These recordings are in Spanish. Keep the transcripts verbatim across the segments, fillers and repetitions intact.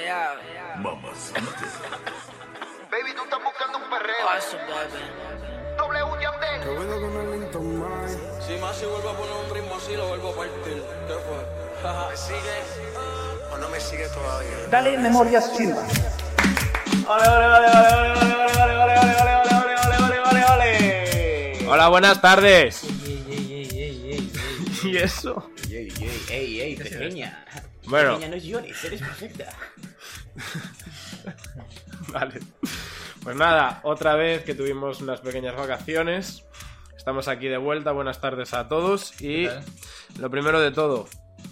Mamacita. Baby, tú estás buscando un perreo. Paso, baby. W Yandel. Te vuelvo con el Linton Mine. Si más si vuelvo a poner un ritmo así, lo vuelvo a partir. ¿Qué fue? ¿Me sigues o no me sigues todavía? Dale Memorias Silva. Ole, ole, ole, ole, ole, ole, ole, ole, ole, ole, ole, ole, ole, ole, ole. Hola, buenas tardes. Ey, ey, ey, ey, ey, ey. ¿Y eso? Ey, ey, ey, ey, pequeña. Bueno. Pequeña, no llores, eres perfecta. Vale. Pues nada, otra vez que tuvimos unas pequeñas vacaciones. Estamos aquí de vuelta. Buenas tardes a todos. Y lo primero de todo,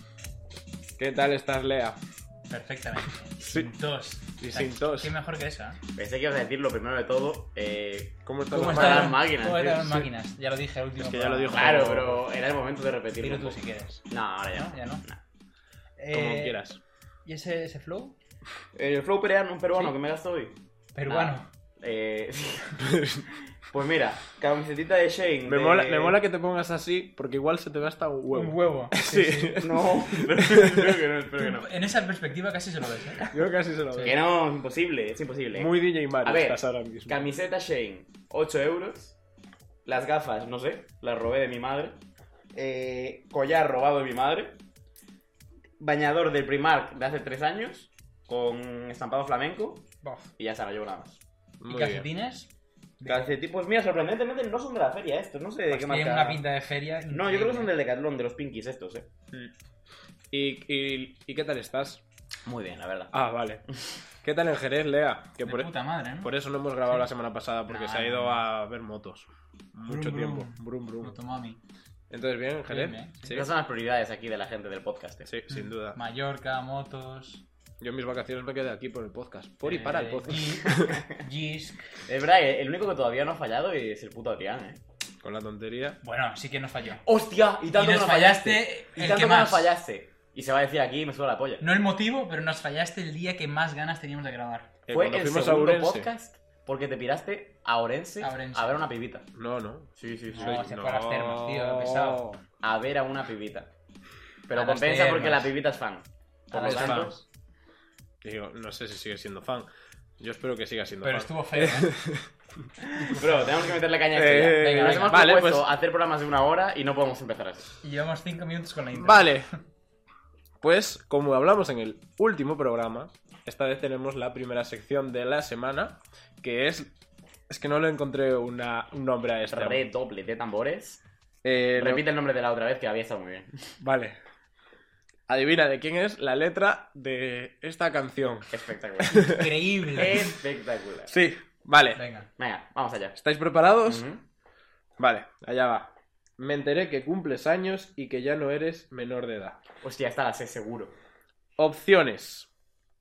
¿qué tal estás, Lea? Perfectamente. Sí. Sin tos. Y sin tos. Qué mejor que esa. Pensé que ibas a decir lo primero de todo. Eh, ¿Cómo estás? ¿Cómo están están las máquinas, ¿Cómo tío? están las Sí. máquinas? Ya lo dije el último. Es que ya lo dijo. claro, pero era el momento de repetirlo. Dilo un tú poco. si quieres. No, ahora ya ¿No? no. Ya no. No. Como Eh, quieras. ¿Y ese, ese flow? El flow peruano, un peruano Sí. que me gasto hoy. Peruano. Nada. Eh, pues mira, camisetita de Shane. Me, de- mola, me mola que te pongas así, porque igual se te ve hasta un huevo. Un huevo. Sí, No, espero que no, espero que no. En esa perspectiva casi se lo ves, ¿eh? Yo casi se lo veo. Que no, imposible, es imposible. Muy D J Mario A ver, estás ahora mismo. Camiseta Shane, ocho euros. Las gafas, no sé, las robé de mi madre. Eh, collar robado de mi madre. Bañador del Primark de hace tres años. Con estampado flamenco. Bof. Y ya se la llevo nada más. ¿Y Muy bien. calcetines? Calcetín, pues mira, sorprendentemente no son de la feria estos, no sé de Pues qué tienen marca. una pinta de feria. No, yo creo que son del Decathlon, de los Pinkies estos, eh. ¿Y, y, ¿Y qué tal estás? Muy bien, la verdad. Ah, vale. ¿Qué tal en Jerez, Lea? Que De por, puta madre, ¿no? por eso no hemos grabado la semana pasada, porque No, se ha ido no. a ver motos. Mucho Brum, tiempo. brum. Brum, brum. Motomami. Entonces, ¿bien en Jerez? Bien, bien. Sí, Esas son las prioridades aquí de la gente del podcast, eh. sí, sin duda. Mallorca, motos. Yo en mis vacaciones me quedé aquí por el podcast. Por y para el eh, podcast. Gi- Gisk. Es verdad, el único que todavía no ha fallado es el puto Adrián, eh. Con la tontería. Bueno, sí que nos falló. ¡Hostia! Y tanto Y nos que no fallaste fallaste. Y el tanto que que más. nos fallaste. Y se va a decir aquí y me suda la polla. No el motivo, pero nos fallaste el día que más ganas teníamos de grabar. Eh, Fue cuando el fuimos a segundo Ourense. podcast porque te piraste a Orense, A Ourense. a ver a una pibita. No, no. Sí, sí, sí. No, se fue a las termas, tío, qué pesado. A ver a una pibita. Pero A las compensa porque termas. la pibita es fan. Por A lo las tanto, termas. Digo, no sé si sigue siendo fan. Yo espero que siga siendo Pero fan. estuvo feo, ¿eh? bro, tenemos que meterle caña a esto Eh, ya. venga, Nos venga. hemos Vale, propuesto pues- hacer programas de una hora y no podemos empezar así. Y llevamos cinco minutos con la intro. Vale. Pues, como hablamos en el último programa, esta vez tenemos la primera sección de la semana, que es... Es que no le encontré una, un nombre a este. Re doble de tambores. Eh, lo- Repite el nombre de la otra vez que había estado muy bien. Vale. Adivina de quién es la letra de esta canción. Espectacular. Increíble. Espectacular. Sí, vale. Venga. Venga, vamos allá. ¿Estáis preparados? Ujú. Vale, allá va. Me enteré que cumples años y que ya no eres menor de edad. Hostia, esta la sé seguro. Opciones.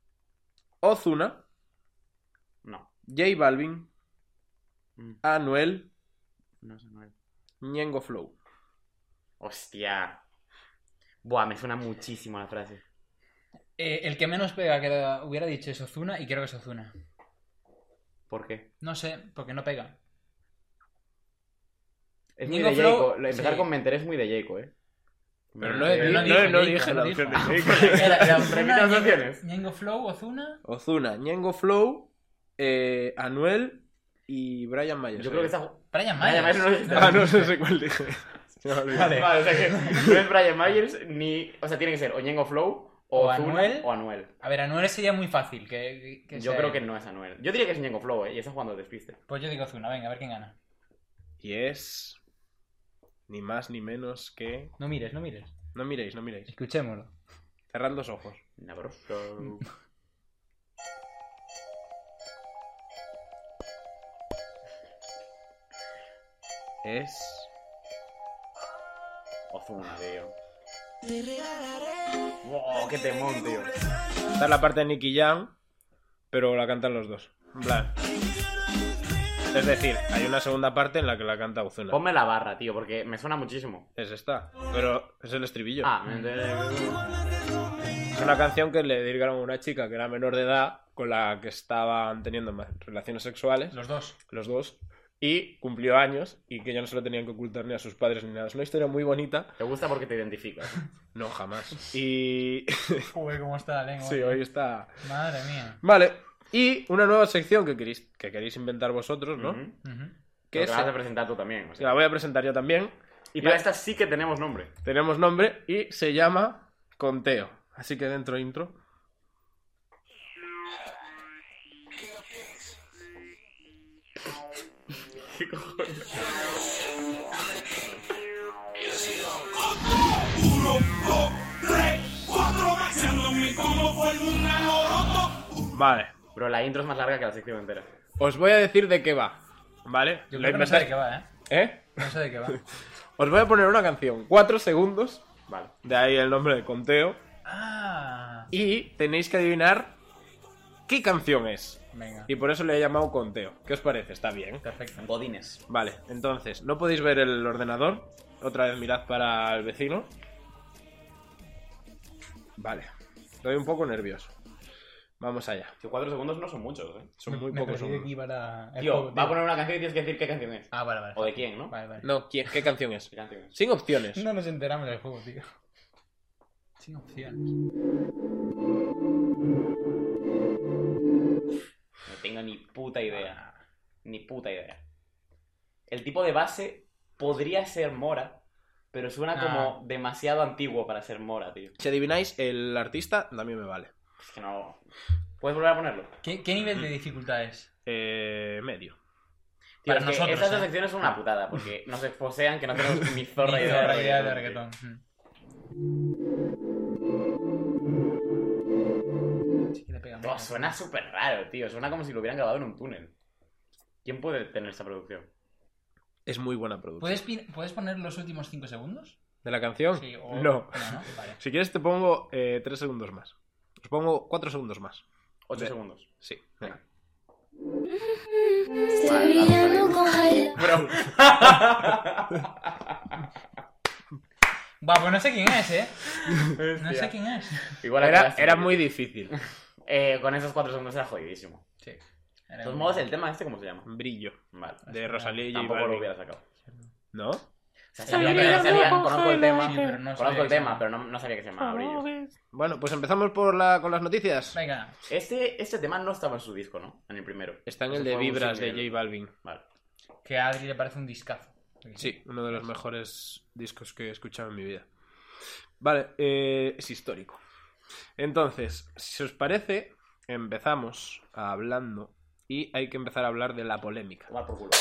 Ozuna, No. J Balvin, Mm, Anuel, No sé, no es. Ñengo Flow. Hostia. Buah, me suena muchísimo la frase. Eh, el que menos pega que lo hubiera dicho es Ozuna y creo que es Ozuna. ¿Por qué? No sé, porque no pega. Es muy Ñengo de Flow, Jayco. Empezar sí. con Menter es muy de Jayco, eh. Pero no, Pero he- no no, dijo no Jayco, dije no la dijo. opción de Jayco. Era, era Repite Ozuna, las Ñengo- opciones. Ñengo Flow, Ozuna. Ozuna, Ñengo Flow, eh, Anuel y Brian Myers. Yo creo que está. Brian Brian Myers. Myers no lo dijiste. Ah, no sé cuál dije. Se me ha olvidado. Vale. Vale, o sea que no es Brian Myers ni. O sea, tiene que ser o Ñengo Flow o, O Ozuna Anuel. o Anuel. A ver, Anuel sería muy fácil. Que, que Yo sea creo él. que no es Anuel. Yo diría que es Ñengo Flow, eh. Y está jugando al despiste. Pues yo digo Ozuna, venga, a ver quién gana. Y es... Ni más ni menos que... No mires, no mires. No miréis, no miréis. Escuchémoslo. Cerrad los ojos. Nabroso. Es... Ozuna, tío. Wow, qué temón, tío. Esta es la parte de Nicky Jam, pero la cantan los dos. En plan... Es decir, hay una segunda parte en la que la canta Ozuna. Ponme la barra, tío, porque me suena muchísimo. Es esta, pero es el estribillo. Ah, me enteré. Es una canción que le dedicaron a una chica que era menor de edad, con la que estaban teniendo ma- relaciones sexuales, Los dos. los dos, y cumplió años y que ya no se lo tenían que ocultar ni a sus padres ni nada. Es una historia muy bonita. Te gusta porque te identificas. No, jamás. Y... Joder, cómo está la lengua. sí, hoy está... Madre mía. Vale. Y una nueva sección que queréis, que queréis inventar vosotros, ¿no? Ujú. Ujú. Que Que es... vas a presentar tú también. o que sea. la voy a presentar yo también. Y para esta sí que tenemos nombre. Tenemos nombre y se llama Conteo. Así que dentro intro. ¿Qué cojones? Vale. Bro, la intro es más larga que la sección entera. Os voy a decir de qué va. ¿Vale? Yo Lo creo que no sé de inventáis- qué va, ¿eh? ¿Eh? No sé de qué va. Os voy a poner una canción. Cuatro segundos. Vale. De ahí el nombre de Conteo. Ah. Y tenéis que adivinar qué canción es. Venga. Y por eso le he llamado Conteo. ¿Qué os parece? ¿Está bien? Perfecto. Godines. Vale, entonces, no podéis ver el ordenador. Otra vez mirad para el vecino. Vale. Estoy un poco nervioso. Vamos allá. Que cuatro segundos no son muchos, ¿eh? Son muy Me pocos. parecía segundos. que iba a... es Tío, poco, va a tío. poner una canción y tienes que decir qué canción es. Ah, vale, vale. O de quién, ¿no? Vale, vale. No, ¿quién- ¿qué canción es? ¿Qué canción es? Sin opciones. No nos enteramos del juego, tío. Sin opciones. No tengo ni puta idea. Ni puta idea. El tipo de base podría ser Mora, pero suena Ah. como demasiado antiguo para ser Mora, tío. Si adivináis el artista, también me vale. Es que no... ¿Puedes volver a ponerlo? ¿Qué, qué nivel de dificultad es? Eh, medio. Tío, Para es que nosotros, estas dos ¿eh? secciones son una putada, porque nos exposean que no tenemos ni zorra Ni idea zorra de idea de reggaetón, tío. reggaetón. Mm. Sí que le pega Buah, mucho. suena súper raro, tío. Suena como si lo hubieran grabado en un túnel. ¿Quién puede tener esta producción? Es muy buena producción. ¿Puedes, pi- ¿Puedes poner los últimos cinco segundos? ¿De la canción? Sí, o... No. No, ¿no? Vale. Si quieres te pongo eh, tres segundos más. Os pongo cuatro segundos más. Ocho Ve. segundos. Sí, venga. Estoy brillando con highlight. Bro. Va, pues no sé quién es, ¿eh? No sé quién es. Igual Era, acabas- era muy difícil. Eh, con esos cuatro segundos era jodidísimo. Sí. De todos modos, el tema este, ¿cómo se llama? Brillo. Vale. De Rosalía y J Tampoco lo Balvin. hubiera sacado. ¿No? O sea, sabía que Sabía salían, que- conozco el tema, Sí, pero no sabía conozco el que se tema, llamaba. pero no, no sabía que se llamaba Brillo. Bueno, pues empezamos por la, con las noticias. Venga. Este, este tema no estaba en su disco, ¿no? En el primero. Está en Eso el de fue un Vibras de single. J Balvin. Vale. Que a Adri le parece un discazo. Sí, uno de los mejores discos que he escuchado en mi vida. Vale, eh, es histórico. Entonces, si os parece, empezamos hablando y hay que empezar a hablar de la polémica. Tomar por culo.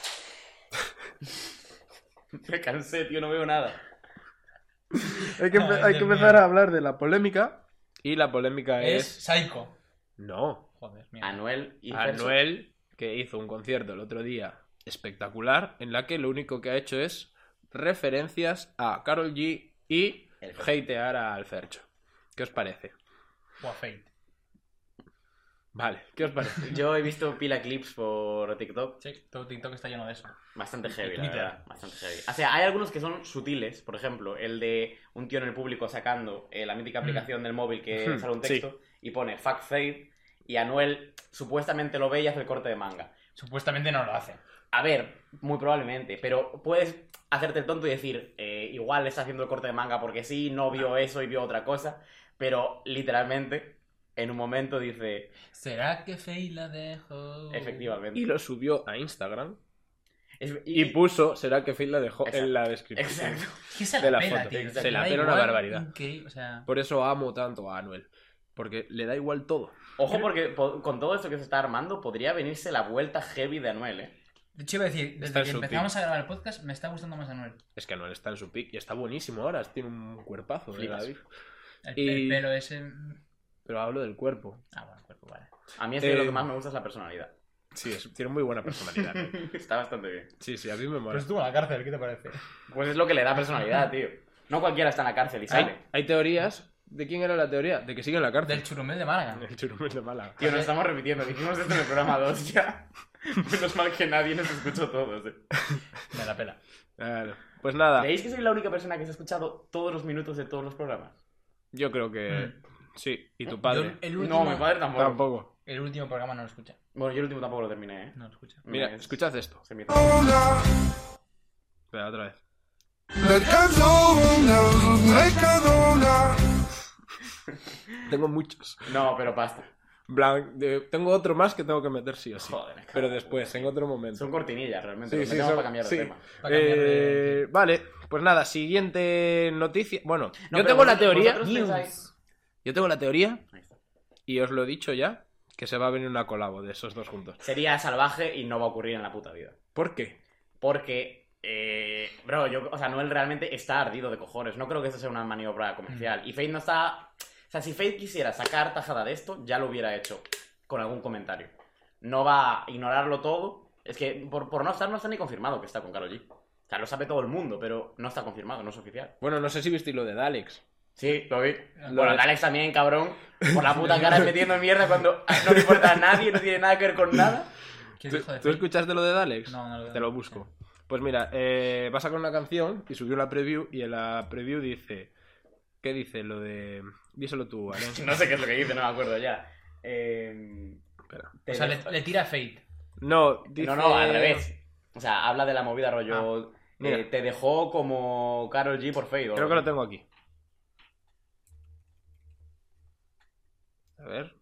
Me cansé, tío, no veo nada. Hay que, empe- Ay, hay que Dios empezar mío. a hablar de la polémica y la polémica Es es... Psycho. No, Joder, mierda. Anuel y Fercho. Anuel, que hizo un concierto el otro día espectacular, en la que lo único que ha hecho es referencias a Karol G y El Fercho. hatear al Fercho. ¿Qué os parece? Buah, Fate. Vale, ¿qué os parece? Yo he visto pila clips por TikTok. Sí, todo TikTok está lleno de eso. Bastante heavy, la Twitter. verdad. Bastante heavy. O sea, hay algunos que son sutiles. Por ejemplo, el de un tío en el público sacando eh, la mítica aplicación del móvil que Hmm, sale un sí. texto y pone fuck Fade. Y Anuel supuestamente lo ve y hace el corte de manga. Supuestamente no lo hace. A ver, muy probablemente, pero puedes hacerte el tonto y decir, eh, igual está haciendo el corte de manga porque sí, no vio eso y vio otra cosa, pero literalmente, en un momento dice, ¿Será que Fate la dejó? efectivamente. Y lo subió a Instagram Es- y puso, será que Phil la dejó Exacto. en la descripción. Exacto. ¿Qué se la, de la pela, foto. tío? Se Le la da pela una igual, barbaridad. increíble, o sea... Por eso amo tanto a Anuel. Porque le da igual todo. Ojo porque po- con todo esto que se está armando, podría venirse la vuelta heavy de Anuel, ¿eh? De hecho, iba a decir, Está desde en que su empezamos a grabar el podcast, me está gustando más Anuel. Es que Anuel está en su pick y está buenísimo ahora. Tiene un cuerpazo. de Flipas. David. El, Y- el pelo ese... Pero hablo del cuerpo. Ah, bueno, cuerpo, vale. A mí es que Eh, lo que más me gusta es la personalidad. Sí, es- tiene muy buena personalidad. ¿eh? Está bastante bien. Sí, sí, a mí me mola. Pero estuvo en la cárcel, ¿qué te parece? Pues es lo que le da personalidad, tío. No cualquiera está en la cárcel y sale. Hay, hay teorías. ¿De quién era la teoría? De que sigue en la cárcel. Del churumel de Málaga. El churumel de Málaga. Tío, nos estamos repitiendo. Dijimos esto en el programa dos ya. Menos mal que nadie nos escuchó todos, eh. Me la pela. Claro. Pues nada, ¿Creéis que soy la única persona que se ha escuchado todos los minutos de todos los programas? yo creo que sí. ¿Y tu padre? Yo el último, No, mi padre tampoco. Tampoco. El último programa no lo escucha. Bueno, yo el último tampoco lo terminé, ¿eh? No lo escucha. Mira, Es- escuchad esto. se emite. Espera, otra vez. Tengo muchos. No, pero pasta. Blan- de- tengo otro más que tengo que meter sí o sí. Joder, me cago pero en la después, puta. en otro momento. Son cortinillas, realmente. Sí, Los sí, metemos son- para cambiar sí. de tema. Para cambiar de- Eh, Vale, pues nada, siguiente noticia. Bueno, No, yo pero tengo la vosotros- teoría. vosotros pensáis- Yo tengo la teoría, Ahí está. y os lo he dicho ya, que se va a venir una colabo de esos dos juntos. Sería salvaje y no va a ocurrir en la puta vida. ¿Por qué? Porque, eh, bro, yo, o sea, Noel realmente está ardido de cojones. No creo que esto sea una maniobra comercial. Y Fate no está... O sea, si Fate quisiera sacar tajada de esto, ya lo hubiera hecho con algún comentario. No va a ignorarlo todo. Es que por, por no estar, no está ni confirmado que está con Karol G. O sea, lo sabe todo el mundo, pero no está confirmado, no es oficial. Bueno, no sé si visteis lo de Dalex. Sí, lo vi. Lo Bueno, de- Alex también, cabrón. Por la puta cara metiendo mierda cuando no le importa a nadie, no tiene nada que ver con nada. ¿Qué ¿Tú, dijo de tú Fate? escuchaste lo de Dalex? No, no lo Te lo busco. Pues mira, eh, va a sacar una canción y subió la preview y en la preview dice... ¿Qué dice? Lo de... Díselo tú, ¿vale? No sé qué es lo que dice, no me acuerdo ya. Eh... Espera. te O sea, le, dejo- le tira a Fate. No, dice... No, no, al revés. O sea, habla de la movida rollo... mira. eh, te dejó como Karol G por Fade. o Creo algo que lo así. tengo aquí. A ver.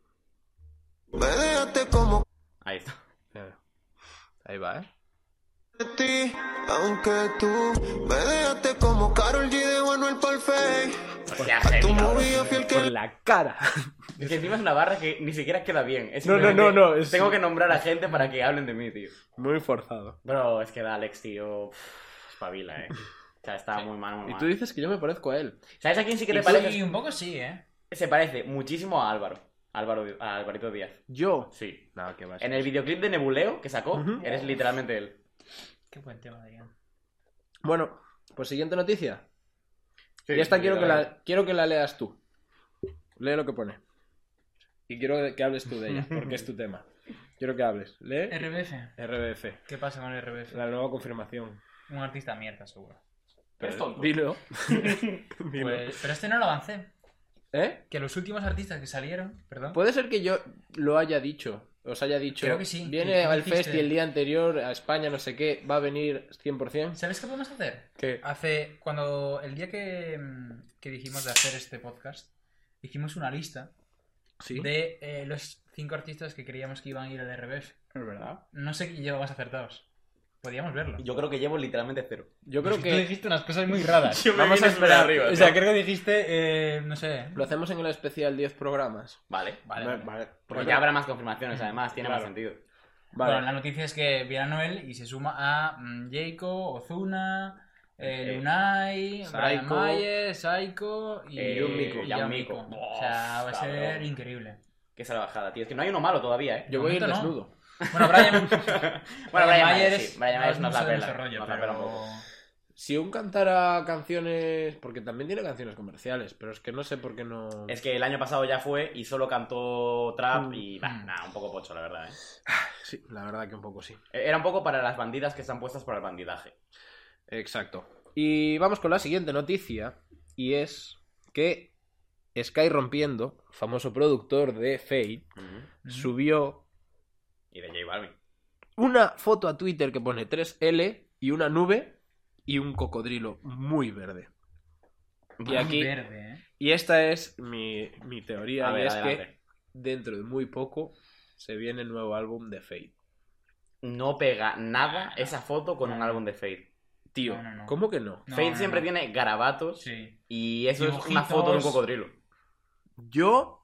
Me dejaste como Ahí está. Eh, Ahí va, ¿eh? de ti, aunque tú me dejaste como Karol G de Manuel Palfey. Hostia, Tu heavy, cabrón. movida fiel Por que la cara. Es que encima es una barra que ni siquiera queda bien. Es No, no, simplemente, no, no, es- Tengo que nombrar a gente para que hablen de mí, tío. Muy forzado. Bro, es que da Alex, tío. pff, Espabila, eh. O sea, está muy mal, muy Y mal. tú dices que yo me parezco a él. ¿Sabes a quién sí que te Sí, parece? un poco sí, ¿eh? Se parece muchísimo a Álvaro. Álvaro a Alvarito Díaz. ¿Yo? Sí. No, que va. En el videoclip de Nebuleo que sacó, Ujú. eres literalmente él. Qué buen tema, Adrián. Bueno, pues siguiente noticia. Sí, y esta sí, quiero, que literalmente. la, quiero que la leas tú. Lee lo que pone. Y quiero que hables tú de ella, porque es tu tema. Quiero que hables. Lee R B F. R B F. ¿Qué pasa con el R B F? La nueva confirmación. Un artista mierda, seguro. Pero es tonto. Dilo. Pues, pero este no lo avancé. ¿Eh? Que los últimos artistas que salieron, perdón. Puede ser que yo lo haya dicho. Os haya dicho. Creo que sí, Viene que tú al dijiste- festi el día anterior a España, no sé qué. Va a venir cien por ciento. ¿Sabes qué podemos hacer? ¿Qué? Hace. Cuando. El día que, mm, que dijimos de hacer este podcast, hicimos una lista Sí. de eh, los cinco artistas que creíamos que iban a ir al R B F. Es verdad. No sé quién lleva más acertados. Podríamos verlo. Yo creo que llevo literalmente cero. Yo creo Tú que dijiste unas cosas muy raras. Yo me Vamos vine a súper esperar. arriba, O sea, ¿no? creo que dijiste. Eh, no sé. lo hacemos en el especial diez programas. Vale. Vale, Vale, vale. vale. Porque ya habrá más confirmaciones, además, tiene Claro. más sentido. Vale. Bueno, la noticia es que viene a Noel y se suma a mm, Jayco, Ozuna, eh, Eh, Lunay, Brian Psycho, Mayer, Psycho y eh, Yumiko. y Yumiko. Yumiko. Oh, O sea, va a ser cabrón. increíble. Qué salvajada, tío. Es que no hay uno malo todavía, ¿eh? Yo voy a ir momento no. desnudo. Bueno, Brian, Bueno, Brian Mayer Mayer, sí. Brian Mayer no nos es la mucho de pela. nuestro rollo, Nos la pela un pero... poco. Si aún cantara canciones. Porque también tiene canciones comerciales, pero es que no sé por qué no. Es que el año pasado ya fue y solo cantó trap Mm. y, bah, Mm. nada, un poco pocho, la verdad, ¿eh? Sí, la verdad que un poco sí. Era un poco para las bandidas que están puestas para el bandidaje. Exacto. Y vamos con la siguiente noticia. Y es que Sky Rompiendo, famoso productor de Fate, Ujú. subió Y de J Balvin. una foto a Twitter que pone tres ele y una nube y un cocodrilo muy verde. Y aquí. Verde, ¿eh? Y esta es mi, mi teoría. A y ver, es adelante. que dentro de muy poco se viene el nuevo álbum de Fate. No pega nada esa foto con un No. álbum de Fate. Tío, No, no, no. ¿cómo que no? No, Fate no, siempre no. tiene garabatos Sí. y eso es una Dibujitos. foto de un cocodrilo. Yo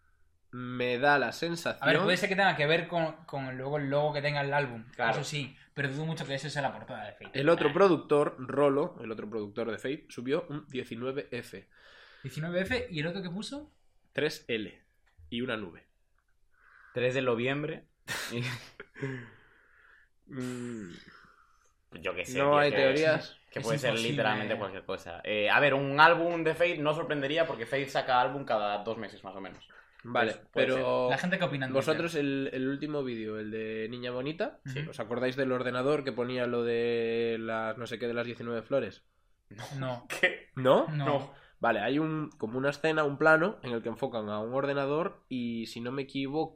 me da la sensación. A ver, puede ser que tenga que ver con, con luego el logo que tenga el álbum. Claro. Eso sí, pero dudo mucho que eso sea la portada de Fate. El otro productor, Rolo, el otro productor de Fate, subió un diecinueve efe, diecinueve efe y el otro que puso. tres ele y una nube. tres de noviembre. Mm, Yo qué sé. no tío, hay que- teorías. Que Es puede ser imposible. literalmente cualquier cosa. Eh, a ver, un álbum de Fate no sorprendería porque Fate saca álbum cada dos meses más o menos. Vale, Pues puede pero La gente que opina en vosotros el, el último vídeo, el de Niña Bonita, Sí. ¿os acordáis del ordenador que ponía lo de las no sé qué de las diecinueve flores? Twitter. No, ¿Qué? ¿No? no. No. Vale, hay un como una escena, un plano en el que enfocan a un ordenador y si no me equivoco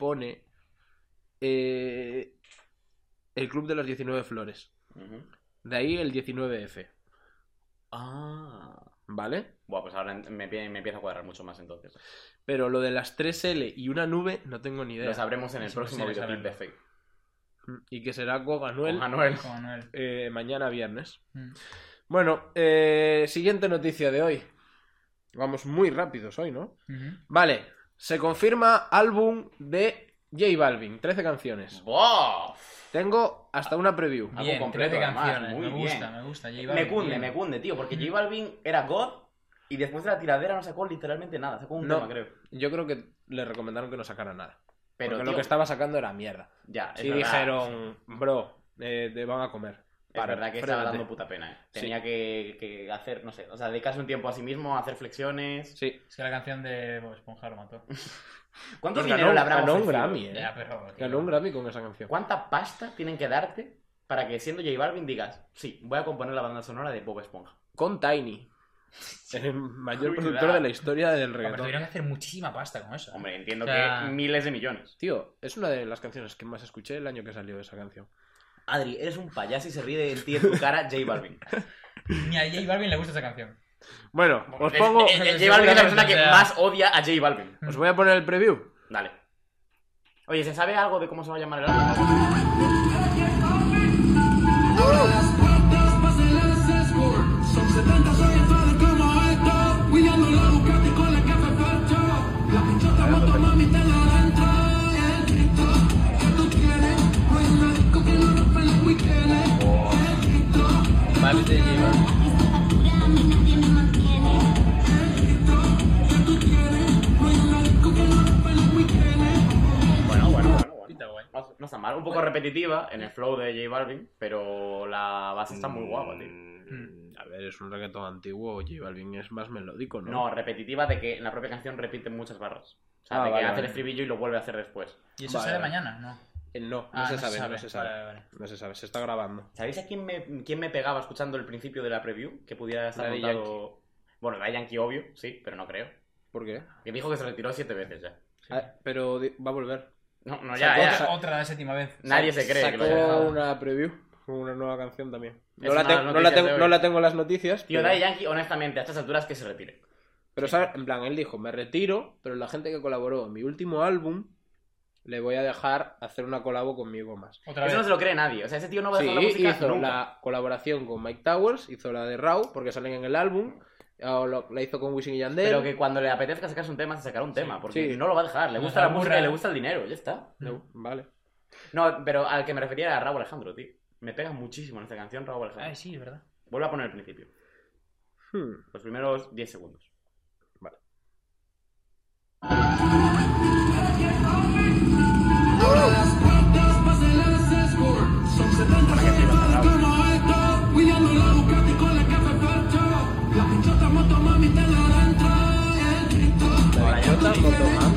pone eh, el Club de las diecinueve Flores. Ujú. De ahí el diecinueve F. Ah. ¿Vale? Buah, pues ahora me, me empieza a cuadrar mucho más entonces. Pero lo de las tres L y una nube no tengo ni idea. Lo sabremos en el Sí, próximo sí, videoclip saberlo. de Fake. Y que será con Anuel Con Manuel. Con Manuel. eh, mañana viernes. Mm. Bueno, eh, siguiente noticia de hoy. Vamos muy rápidos hoy, ¿no? Ujú. Vale, se confirma álbum de J Balvin, trece canciones. ¡Buah! Tengo hasta una preview. Algo Bien, completo, trece además, canciones. muy Me gusta, bien. me gusta. J Me Balvin, cunde, bien. me cunde, tío, porque J Ujú. Balvin era God y después de la tiradera no sacó literalmente nada. Sacó un No. tema, creo. Yo creo que le recomendaron que no sacara nada. Pero, porque tío, lo que estaba sacando era mierda. Ya, es Sí verdad. dijeron, bro, eh, te van a comer. Es Para, verdad que estaba frénate. dando puta pena, eh. Sí. Tenía que, que hacer, no sé, o sea, dedicarse un tiempo a sí mismo, a hacer flexiones. Sí. Es que la canción de Bob Esponja lo mató. ¿Cuánto Pues dinero ganó, le habrán ganó un ofrecido? Grammy, eh. Ya, pero... tío, Ganó un Grammy con esa canción. ¿Cuánta pasta tienen que darte para que siendo J Balvin digas, sí, voy a componer la banda sonora de Bob Esponja? Con Tiny. El mayor Cuidado. productor de la historia del Hombre, reggaetón. tuvieron que hacer muchísima pasta con eso. Hombre, entiendo O sea- que miles de millones. Tío, es una de las canciones que más escuché el año que salió esa canción. Adri, eres un payaso y se ríe de ti en tu cara J Balvin. Ni a J Balvin le gusta esa canción. Bueno, os Es- pongo... eh, eh, J Balvin es la persona que O sea- más odia a J Balvin. Os voy a poner el preview. Dale. Oye, ¿se sabe algo de cómo se va a llamar el álbum? Vibes de J Balvin. Bueno, bueno, bueno. bueno. Pinta guay. No, no está mal. Un poco repetitiva en el flow de J Balvin, pero la base está muy guapa, tío. Mm, A ver, es un reggaetón antiguo. J Balvin es más melódico, ¿no? No, repetitiva de que en la propia canción repiten muchas barras. O sea, Ah, de vale, que hace vale. el estribillo y lo vuelve a hacer después. ¿Y eso Vale, sale vale. mañana? No. Eh, no, no Ah, se sabe, no se sabe. Vale, vale. No se sabe, se está grabando. ¿Sabéis a quién me, quién me pegaba escuchando el principio de la preview? Que pudiera estar Daddy montado... Bueno, Daddy Yankee, obvio, sí, pero no creo. ¿Por qué? Que dijo que se retiró siete veces ya. Ah, pero di- va a volver. No, no, ya, Sacó ya. Otra, otra séptima vez. Nadie se cree que lo haya Sacó dejado. una preview con una nueva canción también. Es No la, una te- de las no la noticias tengo, de hoy. no la tengo en las noticias. Tío, pero- Daddy Yankee, honestamente, a estas alturas que se retire. Pero, ¿sabes? En plan, él dijo, me retiro, pero la gente que colaboró en mi último álbum le voy a dejar hacer una colabo conmigo más. Otra Eso vez. no se lo cree nadie. O sea, ese tío no va a Sí, dejar la música hizo nunca. la colaboración con Mike Towers, hizo la de Raw, porque salen en el álbum, o lo- la hizo con Wisin y Yandel. Pero que cuando le apetezca sacarse un tema, se sacará un tema. Porque Sí. no lo va a dejar. Le Nos gusta la aburra. música y le gusta el dinero. Ya está. No, vale. No, pero al que me refería era a Raúl Alejandro, tío. Me pega muchísimo en esta canción Raúl Alejandro. Ay, sí, es verdad. Vuelvo a poner el principio. Hmm, Los primeros diez segundos. Vale. Para que flipas a Raúl. La Chota, Motoman.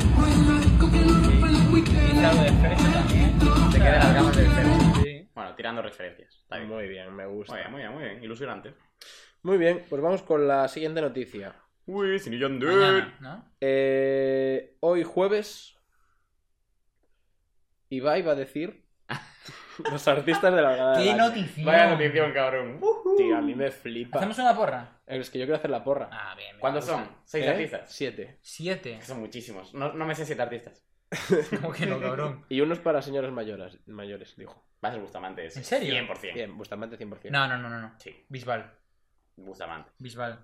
Y algo de fresa también. Se quedan las gamas del cero. Sí. Bueno, tirando referencias. Está bien. Muy bien, me gusta. Muy bien, muy bien, muy bien. Ilusionante. Muy bien, pues vamos con la siguiente noticia. Uy, sin Yandel. Mañana, ¿no? Eh, hoy jueves, Ibai va a decir los artistas de la Gala del ¡Qué Año. notición! Vaya notición, cabrón. Uh. Tío, a mí me flipa. ¿Hacemos una porra? Es que yo quiero hacer la porra. Ah, bien, bien. ¿Cuántos son? ¿Seis ¿Eh? artistas? Siete. Siete. Que son muchísimos. No, no me sé siete artistas. ¿Cómo que no, cabrón? Y unos para señores mayores, mayores dijo. Va a ser Bustamante ese. ¿En serio? cien por ciento. Bien, Bustamante cien por ciento. No, no, no, no, no. Sí, Bisbal. Bustamante. Bisbal.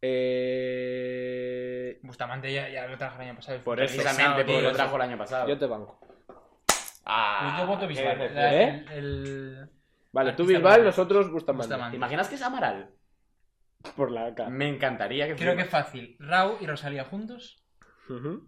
Eh... Bustamante ya, ya lo trajo el año pasado. Por eso. Precisamente porque tío. lo trajo el año pasado. Yo te banco. Ah, Pues yo voto qué Bisbal. decepción. La- ¿Eh? el, el- Vale, tú Artista Bisbal, mayor. nosotros Bustamante. Bustamante. ¿Te imaginas que es Amaral? Por la cara. Me encantaría que Creo que fuera. es fácil. Rau y Rosalía juntos. Ujú.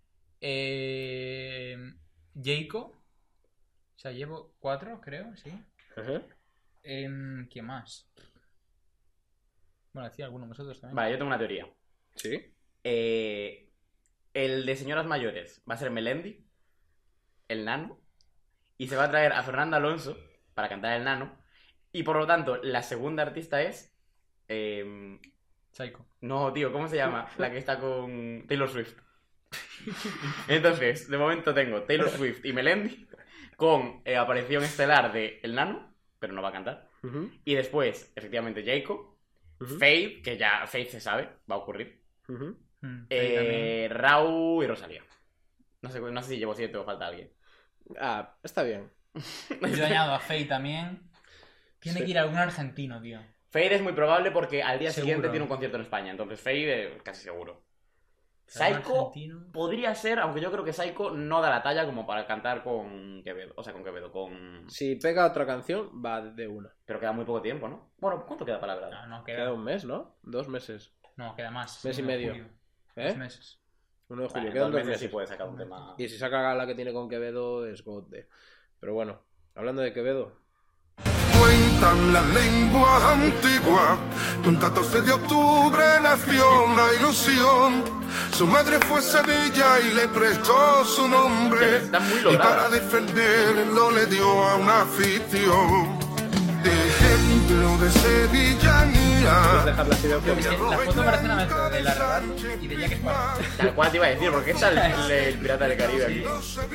Eh... Jayco. O sea, llevo cuatro, creo, sí. Ajá. Em, ¿Quién más? Bueno, decía alguno de vosotros también. Vale, yo tengo una teoría. Sí. Eh, el de señoras mayores va a ser Melendi, el nano, y se va a traer a Fernando Alonso para cantar el nano, y por lo tanto, la segunda artista es... eh, Psycho. no, tío, ¿cómo se llama? La que está con Taylor Swift. Entonces, de momento tengo Taylor Swift y Melendi con eh, aparición estelar de El Nano, pero no va a cantar. Ujú, Y después, efectivamente, Jacob, ujú, Faith, que ya Faith se sabe, va a ocurrir. ujú. Mm, ahí también. Eh, Rau y Rosalía. No sé, no sé si llevo siete o falta alguien. Ah, está bien. Yo añado a Faye también. Tiene Sí. que ir algún argentino, tío. Faith es muy probable porque al día Seguro. siguiente tiene un concierto en España, entonces Faith eh, casi seguro. ¿Algún Psycho argentino? podría ser, aunque yo creo que Psycho no da la talla como para cantar con Quevedo. O sea, con Quevedo, con... Si pega otra canción, va de una. Pero queda muy poco tiempo, ¿no? Bueno, ¿cuánto queda para la verdad? No, no, Queda queda, un mes, ¿no? Dos meses. no, queda más. Mes y uno de medio. julio. ¿Eh? Dos meses. uno de julio. Bueno, Quedan dos dos meses meses. sí puede sacar un tema... Y si saca la que tiene con Quevedo, es God de. Pero bueno, hablando de Quevedo. Cuentan la lengua antigua que un catorce de octubre nació una ilusión. Su madre fue Sevilla y le prestó su nombre. Está muy Y lograda. para defenderlo le dio a una afición. De ejemplo de sevillanía. ¿Puedes dejarla así de Es opción? que la foto parece una mezcla de la Arrebato y de Jack Sparrow. Tal cual te iba a decir, porque está el, el, el Pirata del Caribe aquí.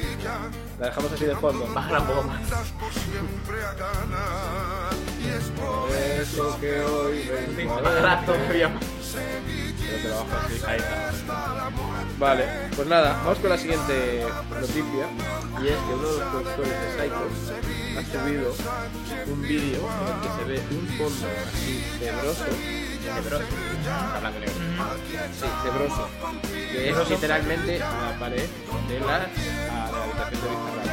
La dejamos así de fondo. Bájala un poco más. Siempre a ganar. Y es por Eso que hoy vengo a ver. Bájala todavía más. Creo que la bajo así. Ahí está. Vale, pues nada, vamos con la siguiente noticia. Y es que uno de los productores de Psycho ha subido un vídeo en el que se ve un fondo así tebroso. Tebroso. Está blanco y negro. Sí, tebroso. Que es literalmente la pared de la, a la habitación de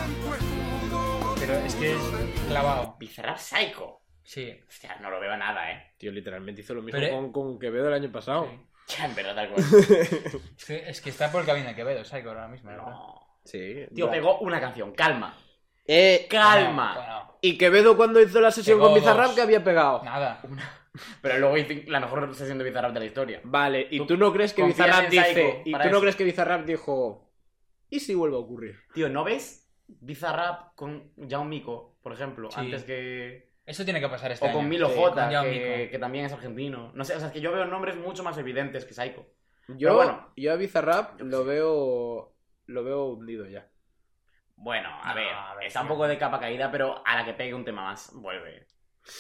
Bizarrap. Pero es que es clavado. Bizarrap Psycho. Sí. Hostia, no lo veo nada, eh. Tío, literalmente hizo lo mismo Pero- con, con Quevedo el año pasado. Sí. Ya, en verdad, tal cual. Es que, es que está por el camino de Quevedo, Psycho, ahora mismo, ¿verdad? No. Sí. Tío, vale. pegó una canción. Calma. Eh, Calma. Bueno, y Quevedo cuando hizo la sesión Pegó con Bizarrap, dos. que había pegado? nada. Pero luego hizo la mejor sesión de Bizarrap de la historia. Vale, y ¿Tú tú no crees que confías Bizarrap en dice. Psycho Y para tú no eso? crees que Bizarrap dijo. ¿Y si vuelve a ocurrir? Tío, ¿no ves Bizarrap con Jaume Mico, por ejemplo? Sí. Antes que... Eso tiene que pasar este O año. con Milo Sí, J, con Jaume que, Mico. que también es argentino. No sé, o sea, es que yo veo nombres mucho más evidentes que Psycho. Yo, Pero bueno. yo a Bizarrap lo veo. Lo veo hundido ya. Bueno, a No, ver, a ver, está un tío. poco de capa caída, pero a la que pegue un tema más, vuelve.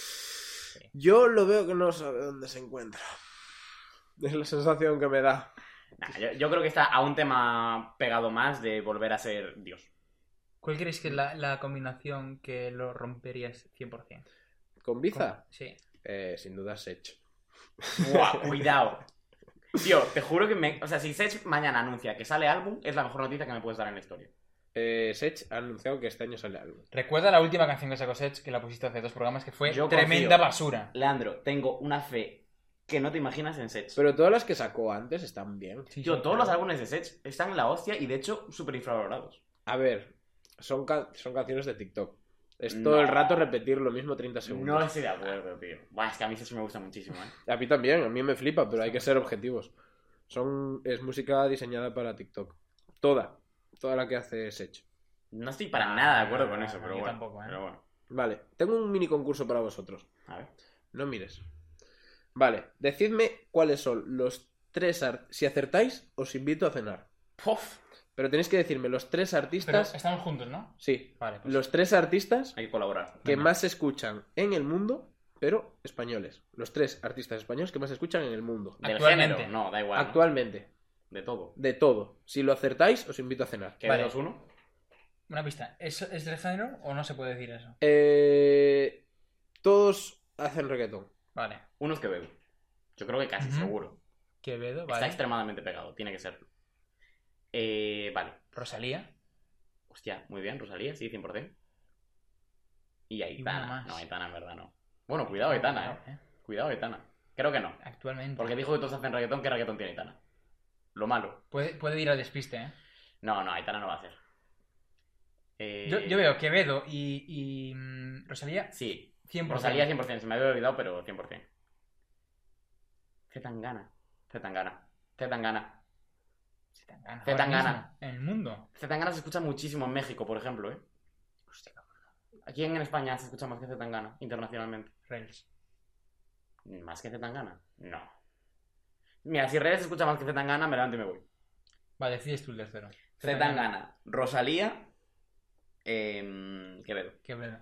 Yo lo veo que no sabe dónde se encuentra. Es la sensación que me da. Nah, yo, yo creo que está a un tema pegado más de volver a ser Dios. ¿Cuál crees que es la, la combinación que lo romperías cien por ciento? ¿Con Biza? Sí. Eh, sin duda Sech. Buah, cuidado. Tío, te juro que me... O sea, si Sech mañana anuncia que sale álbum, es la mejor noticia que me puedes dar en la historia. Eh, Sech ha anunciado que este año sale algo. Recuerda la última canción que sacó Sech, que la pusiste hace dos programas, que fue Yo tremenda confío. basura. Leandro, tengo una fe que no te imaginas en Sech. Pero todas las que sacó antes están bien. Sí, Tío, sí, todos pero- los álbumes de Sech están en la hostia y de hecho súper infravalorados. A ver, son, ca- son canciones de TikTok. Es No. todo el rato repetir lo mismo treinta segundos. No estoy de acuerdo, tío. Buah, es que a mí Sech me gusta muchísimo, eh. A mí también, a mí me flipa, pero hay que ser objetivos. Son, es música diseñada para TikTok. Toda. Toda la que hace Sech. No estoy para Ah, nada de acuerdo con no, eso, no, pero yo bueno. tampoco, ¿eh? Pero bueno. Vale, tengo un mini concurso para vosotros. A ver. No mires. Vale, decidme cuáles son los tres art... Si acertáis, os invito a cenar. Puf, Pero tenéis que decirme los tres Pero artistas... estamos juntos, ¿no? Sí, Vale, pues. los tres artistas hay que colaborar. que Venga. más se escuchan en el mundo, pero españoles. Los tres artistas españoles que más se escuchan en el mundo. Del Actualmente. género, no, da igual. ¿no? Actualmente. De todo. De todo. Si lo acertáis, os invito a cenar. ¿Qué Vale. dos uno? Una pista. ¿Es, ¿Es del género o no se puede decir eso? Eh... Todos hacen reggaetón. Vale. Uno es Quevedo. Yo creo que casi Ujú. seguro. Quevedo, Está vale. extremadamente pegado, tiene que serlo. Eh, vale. Rosalía. Hostia, muy bien, Rosalía, sí, cien por ciento. Y Y una Aitana. más. No, Aitana en verdad no. Bueno, cuidado Aitana, eh. Cuidado Aitana. Creo que no. Actualmente. Porque dijo que todos hacen reggaetón, ¿qué reggaetón tiene Aitana? Lo malo. Puede, puede ir al despiste, ¿eh? No, no, Aitana no va a hacer. Eh, Yo, yo veo Quevedo y, y mm, Rosalía Sí, cien por ciento. Rosalía cien por ciento, se me había olvidado, pero cien por ciento. Zetangana. Zetangana. Zetangana. Zetangana. Zetangana. ahora mismo, En el mundo. Zetangana se escucha muchísimo en México, por ejemplo, ¿eh? Hostia, cabrón. Aquí en España se escucha más que Zetangana, internacionalmente. Reels. ¿Más que Zetangana? No. Mira, si Redes se escucha más que Zetangana, me levanto y me voy. Vale, decides tú el tercero. Zetangana, Rosalía, eh, Quevedo. Qué verdad.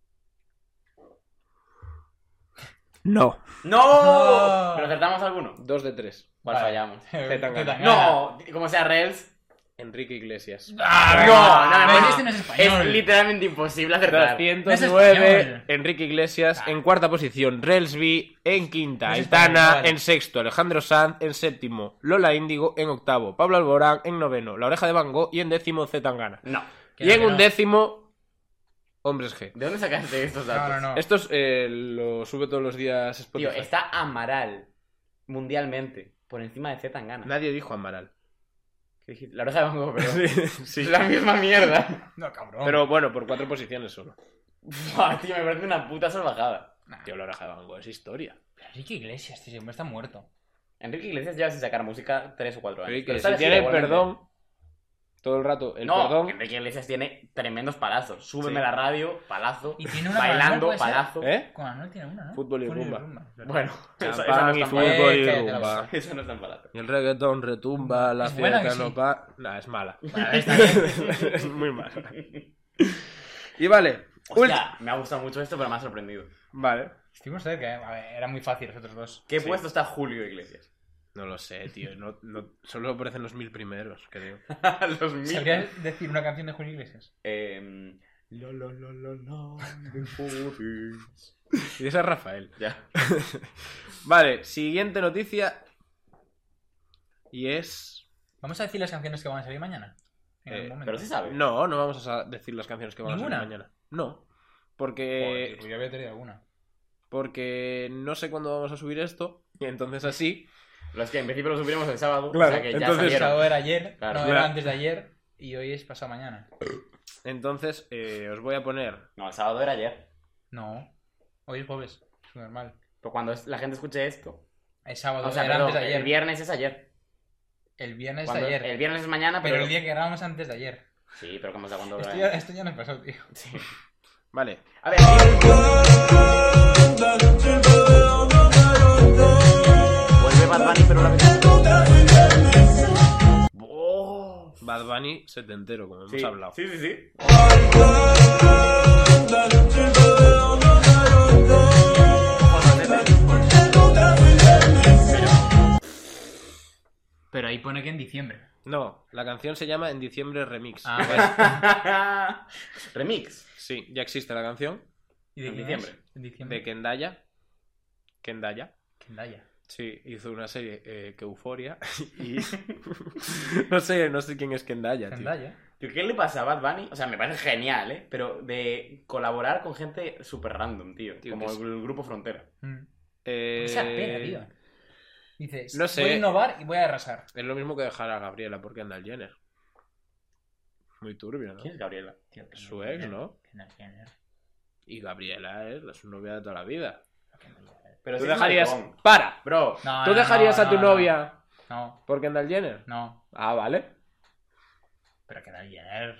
No. ¡No! No. ¿Pero acertamos alguno? Dos de tres. ¿Cuál Vale. fallamos? Zetangana. ¡No! Como sea Reels. Enrique Iglesias. ¡Ah, No, no, no, no, no. este no es español. Es literalmente imposible acertar. doscientos No es nueve, español. Enrique Iglesias en cuarta posición, Relsby en quinta, No es Aitana español, vale. en sexto, Alejandro Sanz en séptimo, Lola Índigo en octavo, Pablo Alborán en noveno, La Oreja de Van Gogh y en décimo Zetangana. No. Que Y no, en que un no. décimo, Hombres G. ¿De dónde sacaste estos No, datos? no, no. Estos eh, lo sube todos los días Tío, Spotify. está Amaral mundialmente por encima de Zetangana. Nadie dijo Amaral. ¿Qué dijiste? La Oreja de Van Gogh, pero... Sí. Es la misma mierda. No, cabrón. Pero bueno, por cuatro posiciones solo. Buah, tío, me parece una puta salvajada. Tío, La Oreja de Van Gogh es historia. Pero Enrique Iglesias, tío, me está muerto. Enrique Iglesias lleva sin sacar música tres o cuatro años. Pero que Pero si está de tiene gira igualmente. perdón todo el rato, el no, perdón. Enrique Iglesias tiene tremendos palazos. Súbeme Sí. la radio, palazo. Y tiene una con Bailando, Anuel, ¿puede ser? palazo. ¿Eh? Con Anuel tiene una, ¿no? Fútbol y rumba. Bueno, esa, esa no Champán es y tan fútbol palata. y Eh, que te la rumba. vas Eso no es tan palata. Y el reggaetón retumba, la Es buena fiesta que no sí. pa... Nah, es mala. Vale, está bien. Es muy mala. Y vale. Hostia, me ha gustado mucho esto, pero me ha sorprendido. Vale. Estuvimos cerca, ¿eh? A ver, era muy fácil los otros dos. ¿Qué Sí. puesto está Julio Iglesias? No lo sé, tío. No, no, solo aparecen los mil primeros, creo. Los mil. ¿Sabrías decir una canción de Julio Iglesias? Eh, lo, lo, lo, lo, lo, de Foodies. Y esa es Rafael. Ya. Vale, siguiente noticia. Y es... Vamos a decir las canciones que van a salir mañana. En Eh, algún momento. Pero sí sabe. No, no vamos a decir las canciones que van a ¿Ninguna? salir mañana. No. Joder, Porque... tío, pues yo había tenido alguna. Porque no sé cuándo vamos a subir esto. Y entonces así... Los que en principio lo subiremos el sábado. Claro, o sea que ya entonces- El salieron. sábado era ayer, Claro. no Claro. era antes de ayer, y hoy es pasado mañana. Entonces eh, os voy a poner... No, el sábado era ayer. No, hoy es jueves, es normal. Pero cuando es- la gente escuche esto. El sábado O sea, era perdón, antes de ayer. el viernes es ayer. El viernes de Cuando- ayer. El viernes es mañana, pero. Pero el día que grabamos antes de ayer. Sí, pero como sea cuando. Esto graben. ya, esto ya nos pasó, tío. Sí. Vale. A ver, tío. Vuelve Bad Bunny, pero la vez. Oh. Bad Bunny setentero, como hemos Sí, hablado. sí, sí, sí. Pero ahí pone que en diciembre. No, la canción se llama En Diciembre Remix. Ah, vale. Remix. Sí, ya existe la canción. ¿Y de En quién diciembre. es? En diciembre. De Kendaya. Kendaya. Kendaya. Sí, hizo una serie eh, que Euforia. Y. no sé, no sé quién es Kendaya, tío. Kendaya. Tío, ¿qué le pasa a Bad Bunny? O sea, me parece genial, ¿eh? Pero de colaborar con gente súper random, tío. Tío, como que el, es- grupo Frontera. Mm. Eh, Esa pena, tío. Dices, no sé. voy a innovar y voy a arrasar. Es lo mismo que dejar a Gabriela por Kendall Jenner. Muy turbio, ¿no? ¿Quién es Gabriela? Tío, que Su no ex, tiene- ¿no? que no tiene- Y Gabriela es la su novia de toda la vida. que no tiene- Pero ¿Tú sí es dejarías. maricón. ¡Para! Bro, No, ¿Tú no, dejarías no, a tu no, novia No, por Kendall Jenner? no. Ah, vale. Pero que nadie.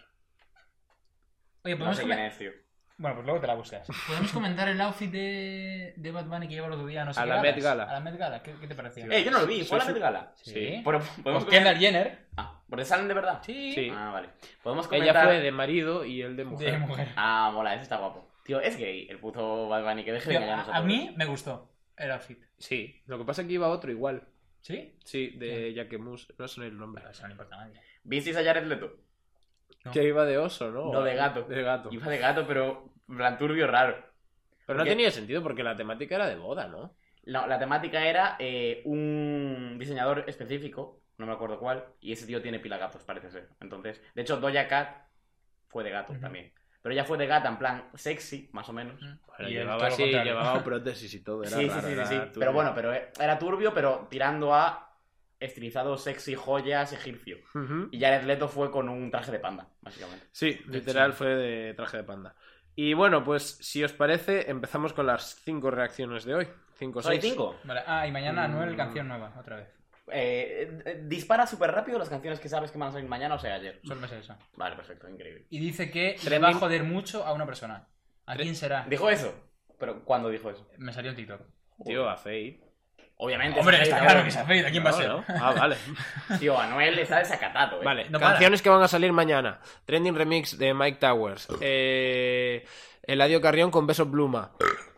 Oye, no podemos sé comer. quién es, tío. Bueno, pues luego te la buscas. ¿Podemos comentar el outfit de, de Bad Bunny que lleva el otro día? No sé A qué la galas? Met Gala. A la Met Gala, ¿qué, qué te pareció? Eh, yo no lo vi, fue a la Sí, Met Gala. Sí. Pero, Con ¿podemos Kendall comentar? Jenner. Ah, ¿porque salen de verdad? Sí. Sí. Ah, vale. Podemos Ella comentar... fue de marido y él de mujer. De mujer. Ah, mola, ese está guapo. Tío, es gay el puto Bad Bunny, que deje de Tío, engañarnos a, a todos. mí me gustó el outfit. Sí, lo que pasa es que iba otro igual. ¿Sí? Sí, de Jacquemus, no sé el nombre. Pero eso no le importa a nadie. ¿Visteis a Jared Leto? No. Que iba de oso, ¿no? No, de gato. De gato. Iba de gato, pero en plan turbio raro. Pero no Porque- tenía sentido porque la temática era de boda, ¿no? No, la temática era eh, un diseñador específico, no me acuerdo cuál, y ese tío tiene pila gatos, parece ser. Entonces, de hecho, Doja Cat fue de gato Ujú. también. Pero ella fue de gata en plan sexy, más o menos. Bueno, Y él llevaba todo lo así, contrario. llevaba prótesis y todo. Era Sí, sí, raro, sí, sí, era sí. turbio. Pero bueno, pero era turbio, pero tirando a estilizado sexy joyas egipcio. Ujú. Y Jared Leto fue con un traje de panda, básicamente. Sí, literal fue de traje de panda. Y bueno, pues si os parece, empezamos con las cinco reacciones de hoy. Cinco, ¿Soy seis. cinco? Vale. Ah, y mañana Mm. Noel canción nueva, otra vez. Eh, eh, dispara súper rápido las canciones que sabes que van a salir mañana, o sea, ayer. Solo me sé eso. Vale, perfecto, increíble. Y dice que le Trending. va a joder mucho a una persona. ¿A Tre- quién será? ¿Dijo eso? ¿Pero cuándo dijo eso? Me salió en TikTok. Tío, a Fate. Obviamente. Hombre, se está afeita, claro bro. que se afeita. ¿Quién va a No, ser? no. Ah, vale. Tío, Anuel está desacatado, eh. Vale, No para. canciones que van a salir mañana. Trending remix de Mike Towers. Eh, Eladio Carrión con Beso Pluma.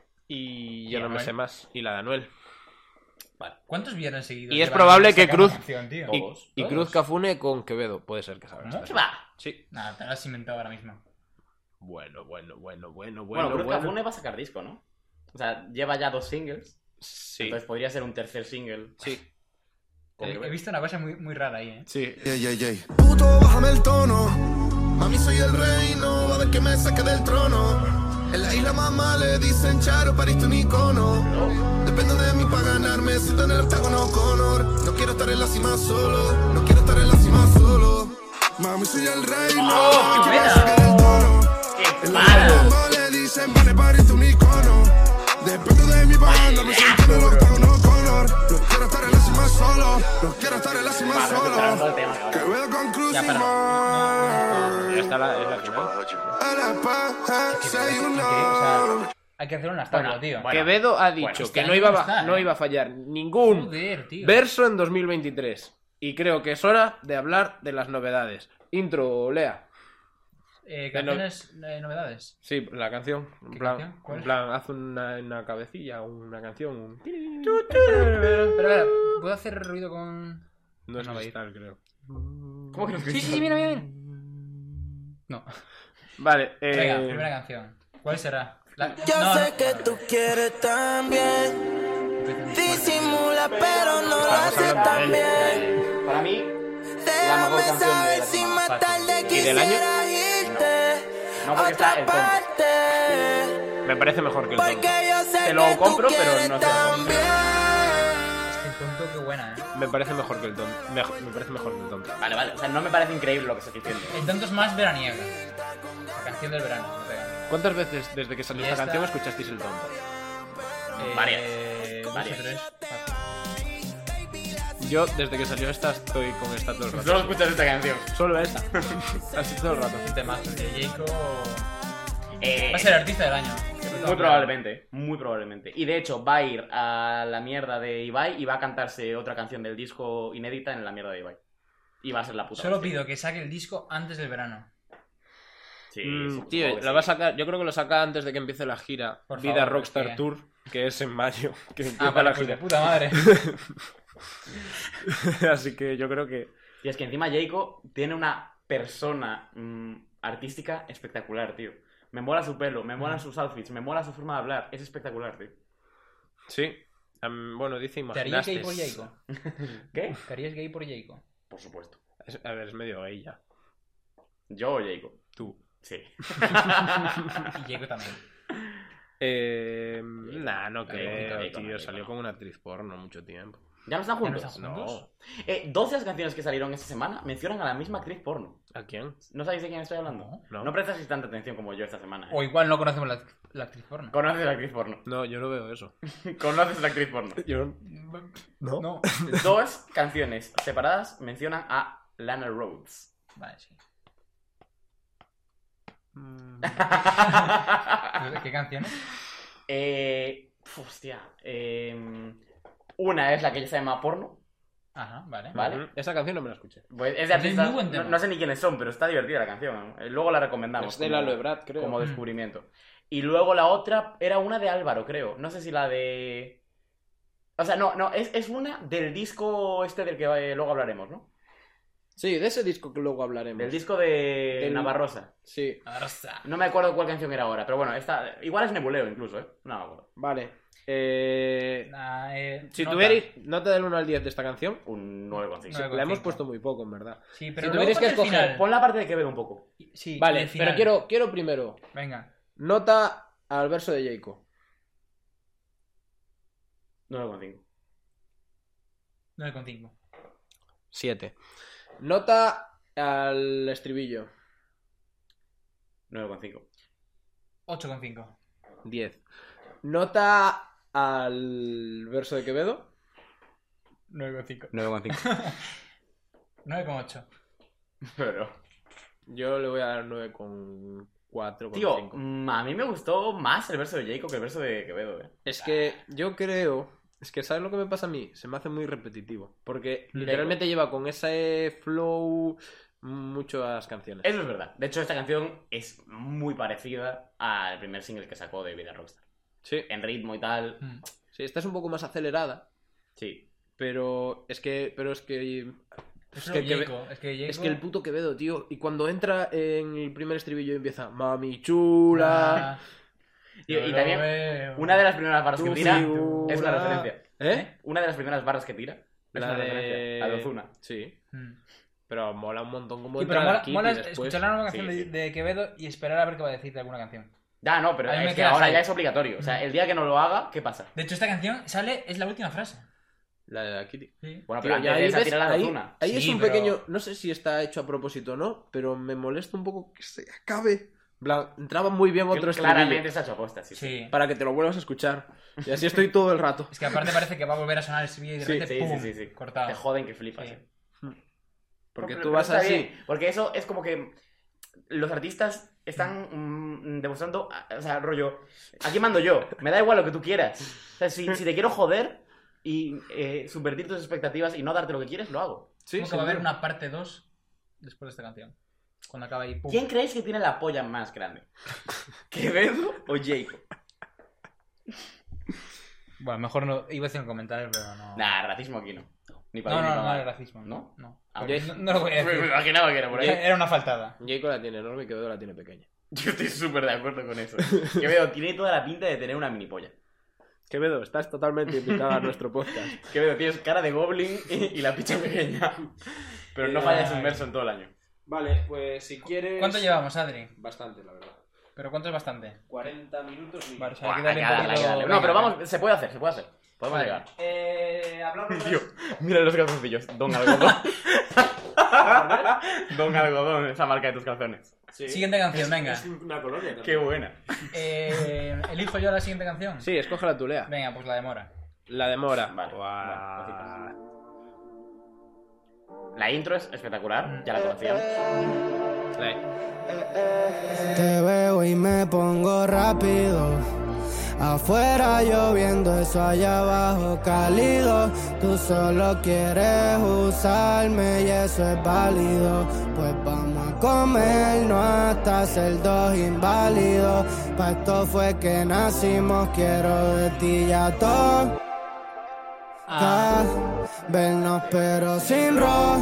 Y yo ¿Y no me Anuel? sé más. Y la de Anuel. ¿Cuántos viernes seguidos? Y es llevan probable que sacando Cruz- canción, tío? Y, Todos, y todos. Cruz Cafune con Quevedo. Puede ser que salga. ¿Cómo? ¿Qué va? Sí. Nada, te lo has inventado ahora mismo. Bueno, bueno, bueno, bueno, Bueno, bueno. Cruz bueno. Cafune va a sacar disco, ¿no? O sea, lleva ya dos singles. Sí. Entonces podría ser un tercer single. Sí. Con He, he Quevedo. visto una cosa muy, muy rara ahí, ¿eh? Sí. Ey, ey, ey. Puto, bájame el tono. Mami, soy el rey, no va a ver que me saque del trono. En la isla mamá le dicen Charo, pariste un icono. Dependo de mí para ganarme, siento en el octágono con honor. No quiero estar en la cima solo, no quiero estar en la cima solo. Mami, soy el rey, no va a ver que me saque del trono. ¡Qué En la palo! isla mamá le dicen, vale, pariste un icono. Dependo de mí para ganarme, siento en el octágono con honor. No quiero estar en la cima solo, no quiero estar en la cima Vale, esperando solo. el tema, Que cabrón. veo con Cruz Ya, y pero- más. Ya está la, es la final. L P G seis uno. O sea, hay que hacer una estatua, Bueno, tío. bueno. Quevedo ha dicho Bueno, este que no año iba, a, no está, no ¿eh? iba a fallar ningún Joder, tío. verso en dos mil veintitrés. Y creo que es hora de hablar de las novedades. Intro, Lea. Eh, canciones, eh, novedades. Sí, la canción. En ¿Qué plan, canción? ¿Cuál en es? plan haz una, una cabecilla, una canción. un- Pero, pero, ¿puedo hacer ruido con...? No es No va a ir. cristal, creo. ¿Cómo que no Sí, sí, sí, mira, mira, mira. No. Vale, eh... Venga, primera canción. ¿Cuál será? La... Yo no, sé no. que tú quieres también. Disimula, pero no lo Estamos haces hablando tan de bien. Para mí, Déjame canción de saber la si semana. más tarde ¿Y del año? quisieras irte No, a porque está otra el tonto. parte. me parece mejor que el tonto. Porque yo sé Te lo que tú compro, pero quieres no sé. también. Es que el tonto, qué buena, ¿eh? Me parece mejor que el tonto. Mej- me parece mejor que el tonto. Vale, vale. O sea, no me parece increíble lo que estoy diciendo. El tonto es más veraniega. La canción del verano. no pega. ¿Cuántas veces desde que salió Y esta esta- canción escuchasteis el tonto? Eh, Varias. dos o Varias. tres. Fácil. Yo desde que salió esta estoy con esta todo el rato. Solo escuchas esta canción. Solo esta. Así todo el rato. Un temazo. El de Jaco... Eh, Va a ser artista del año. Muy probablemente, muy probablemente. Y de hecho, va a ir a la mierda de Ibai y va a cantarse otra canción del disco inédita en la mierda de Ibai. Y va a ser la puta. Solo hostia. pido que saque el disco antes del verano. Sí, Mm, supongo tío, que la sí. va a sacar, yo creo que lo saca antes de que empiece la gira Por Vida favor, Rockstar porque- Tour, que es en mayo, que empieza Ah, vale, la pues de gira. puta madre. Así que yo creo que Y es que encima Jaco tiene una persona mm, artística espectacular, tío. Me mola su pelo, me molan sus outfits, me mola su forma de hablar. Es espectacular, tío. sí. Am, bueno, dice ¿Te harías gay imaginaste. por Jaco? ¿Qué? ¿Te harías gay por Jaco? Por supuesto. Es- a ver, es medio gay ya. Yo o Jaco. Tú. Sí. Y Jaco también. Eh, nah, no Jaco, creo, Jaco, tío. Jaco, Salió no. con una actriz porno mucho tiempo. ¿Ya no están ¿Ya no juntos? están juntos? No. Eh, doce de las canciones que salieron esta semana mencionan a la misma actriz porno. ¿A quién? ¿No sabéis de quién estoy hablando? No. No prestas tanta atención como yo esta semana. ¿eh? O igual no conocemos la, la actriz porno. Conoces a la actriz porno. No, yo no veo eso. Conoces a la actriz porno. Yo no. No. Dos canciones separadas mencionan a Lana Rhodes. Vale, sí. Mm, ¿Qué canciones? eh, hostia. eh, una es la que ya se llama porno. Ajá, vale. Vale. Ujú. Esa canción no me la escuché. Pues es de Es artistas. muy buen No, tema. no sé ni quiénes son, pero está divertida la canción. Eh, Luego la recomendamos. Es de como- Lalo Ebrard, creo. Como Mm. descubrimiento. Y luego la otra era una de Álvaro, creo. No sé si la de. O sea, no, no, es, es una del disco este del que eh, luego hablaremos, ¿no? Sí, de ese disco que luego hablaremos. Del disco de Del- Navarrosa. Sí, Arsa. No me acuerdo cuál canción era ahora, pero bueno, esta. Igual es Nebuleo incluso, ¿eh? No me acuerdo. vale. Eh... Nah, eh, Si nota. tuvierais nota del uno al diez de esta canción, Un nueve coma cinco. nueve coma la hemos cinco. puesto muy poco, en verdad. Sí, pero Si luego tuvierais que ponte el escoger, final. Pon la parte de Quevedo un poco. Sí, Vale, el final. pero quiero, quiero primero Venga. nota al verso de Jaco. nueve coma cinco. nueve coma cinco. siete. Nota al estribillo. nueve coma cinco. ocho coma cinco. diez. Nota al verso de Quevedo. nueve coma cinco. nueve coma cinco. nueve coma ocho. Pero. Yo le voy a dar nueve coma cuatro. Tío, mm, a mí me gustó más el verso de Jaco que el verso de Quevedo, ¿eh? Es que yo creo Es que, ¿sabes lo que me pasa a mí? Se me hace muy repetitivo. Porque literalmente lleva con ese flow muchas canciones. Eso es verdad. De hecho, esta canción es muy parecida al primer single que sacó de Vida Rockstar. Sí. En ritmo y tal. Mm. Sí, esta es un poco más acelerada. Sí. Pero es que... Pero es que... Es Es que, que, Queve- es que Jacob- es que el puto Quevedo, tío. Y cuando entra en el primer estribillo y empieza Mami chula. Ah, Y, yo y lo también, veo. una de las primeras barras que Tu tira figura. es una referencia. ¿Eh? Una de las primeras barras que tira es La una de... referencia. La de Ozuna. Sí. Mm. Pero mola un montón como Sí, entra pero mola, la Kitty mola después. escuchar la nueva canción Sí, de, sí. de Quevedo y esperar a ver qué va a decir de alguna canción. Ya, no, pero A mí me es que queda ahora hype. ya es obligatorio. O sea, el día que no lo haga, ¿qué pasa? De hecho, esta canción sale, es la última frase. La de la Kitty. Sí. Bueno, Tío, pero ya antes de ahí esa ves- tira la de ahí- Ozuna. ahí es Sí, un pero- pequeño... No sé si está hecho a propósito o no, pero me molesta un poco que se acabe. En plan, entraba muy bien otro Claramente estribillo está hecho aposta, sí. sí. Sí. para que te lo vuelvas a escuchar. Y así estoy todo el rato. Es que aparte parece que va a volver a sonar el estribillo y de Sí, repente Sí, sí, ¡pum! sí, sí. Cortado. Te joden que flipas. Sí. eh. Porque No, tú pero- vas pero está así... bien, porque eso es como que los artistas están mm, demostrando, o sea, rollo, aquí mando yo, me da igual lo que tú quieras. O sea, si, si te quiero joder y eh, subvertir tus expectativas y no darte lo que quieres, lo hago. Sí, Como que va a haber seguro. una parte dos después de esta canción. Cuando acaba ahí ¡pum! ¿Quién creéis que tiene la polla más grande? ¿Quevedo o Jacob? Bueno, mejor no. Iba a decir un comentario, pero no. Nah, racismo aquí no. Ni para no, bien no, ni no, para no mal. es racismo. ¿No? No. Ah, Pero bueno. no, no lo voy a Me, me decir. imaginaba que era por ahí. Era una faltada. Jacob la tiene enorme y Quevedo la tiene pequeña. Yo estoy súper de acuerdo con eso. Quevedo tiene toda la pinta de tener una mini polla. Quevedo, estás totalmente invitada a nuestro podcast. Quevedo, tienes cara de goblin y, y la picha pequeña. Pero no fallas un verso en todo el año. Vale, pues si quieres... ¿Cuánto llevamos, Adri? Bastante, la verdad. ¿Pero cuánto es bastante? cuarenta minutos y... Vale, o sea, Buah, hay que hay que darle un darle, hay que poquito- darle. No, venga, pero venga. vamos, se puede hacer, se puede hacer. Podemos Vale. llegar. Eh... Hablamos Tío, mira los calzoncillos. Don Algodón. Don Algodón, esa marca de tus calzones. Sí. Siguiente canción, venga. Es una colonia también. Qué buena. Eh, ¿Elijo yo la siguiente canción? Sí, escoge la tulea. Venga, pues la de Mora. La demora. Vale, Guau. La intro es espectacular, ya la conocíamos. La- Te veo y me pongo rápido. Afuera lloviendo, eso allá abajo cálido. Tú solo quieres usarme y eso es válido. Pues vamos a comernos hasta ser dos inválidos. Pa' esto fue que nacimos, quiero de ti ya todo. Vernos pero sin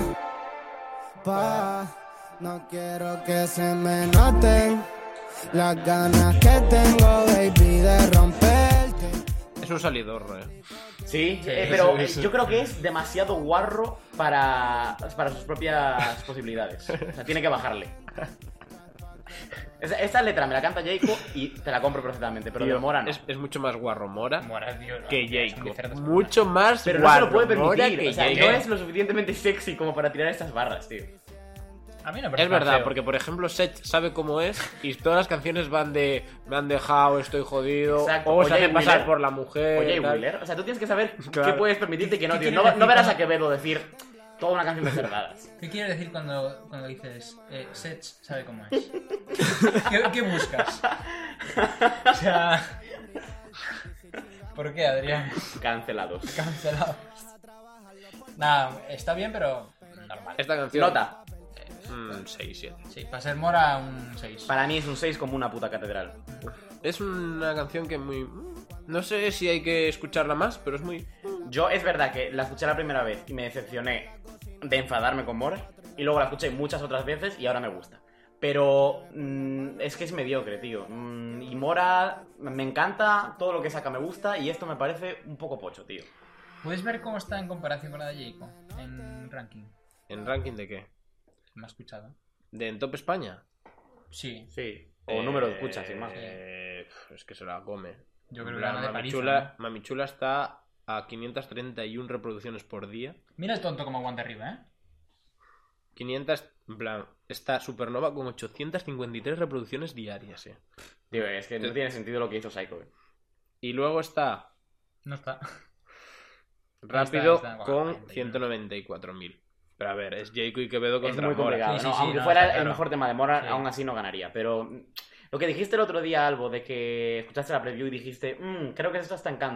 ropa. No quiero que se me noten las ganas que tengo, baby, de romperte. Es un salidor, eh. Sí, Sí, eh, pero sí, eh, sí. yo creo que es demasiado guarro para, para sus propias posibilidades. O sea, tiene que bajarle. Esa, esta letra me la canta Jacob y te la compro perfectamente, pero Tío, de Mora no. es, es mucho más guarro Mora Mora, tío. no, que son Jacob. diferentes Mucho más Pero no se guarro lo puede Mora permitir. que O sea, Jacob. no es lo suficientemente sexy como para tirar estas barras, tío. A mí no me parece Es verdad, feo. porque por ejemplo Sech sabe cómo es y todas las canciones van de me han dejado, estoy jodido, Exacto. o O se Jay hace pasar Wheeler. por la mujer. Oye, tal. Wheeler, o sea, tú tienes que saber Claro. qué puedes permitirte y qué no, ¿Qué tío. quieres No, decir no verás cuando- a Quevedo decir toda una canción de cerdadas. ¿Qué quieres decir cuando, cuando dices eh, Sech sabe cómo es? ¿Qué, qué buscas? O sea... ¿Por qué, Adrián? Cancelados. Cancelado. Nada, está bien, pero normal. Esta canción. Nota. seis, siete. Sí, para ser Mora un seis. Para mí es un seis como una puta catedral. Es una canción que muy. No sé si hay que escucharla más, pero es muy. Yo es verdad que la escuché la primera vez y me decepcioné de enfadarme con Mora. Y luego la escuché muchas otras veces y ahora me gusta. Pero mmm, es que es mediocre, tío. Mm, y Mora me encanta, todo lo que saca me gusta y esto me parece un poco pocho, tío. ¿Puedes ver cómo está en comparación con la de Jacob? En ranking. ¿En ranking de qué? ¿Me ha escuchado? ¿De en Top España? Sí. Sí. O número de escuchas, sin más. Eh, es que se la come. Yo creo que La la de Mami París. Chula, Mami Chula está a quinientas treinta y una reproducciones por día. Mira el tonto como aguanta arriba, ¿eh? quinientas, en plan, está Supernova con ochocientas cincuenta y tres reproducciones diarias, eh. Tío, es que no tiene sentido lo que hizo Psycho, eh. Y luego está No está. Rápido está, está, con cuarenta y uno. ciento noventa y cuatro mil. Pero a ver, es Jacob y Quevedo Es contra muy Mora. complicado, Sí, sí, ¿no? sí, Aunque no, fuera está el claro. mejor tema de Mora, Sí. aún así no ganaría. Pero mm, lo que dijiste el otro día, Albo, de que escuchaste la preview y dijiste, mmm, creo que se está estancando.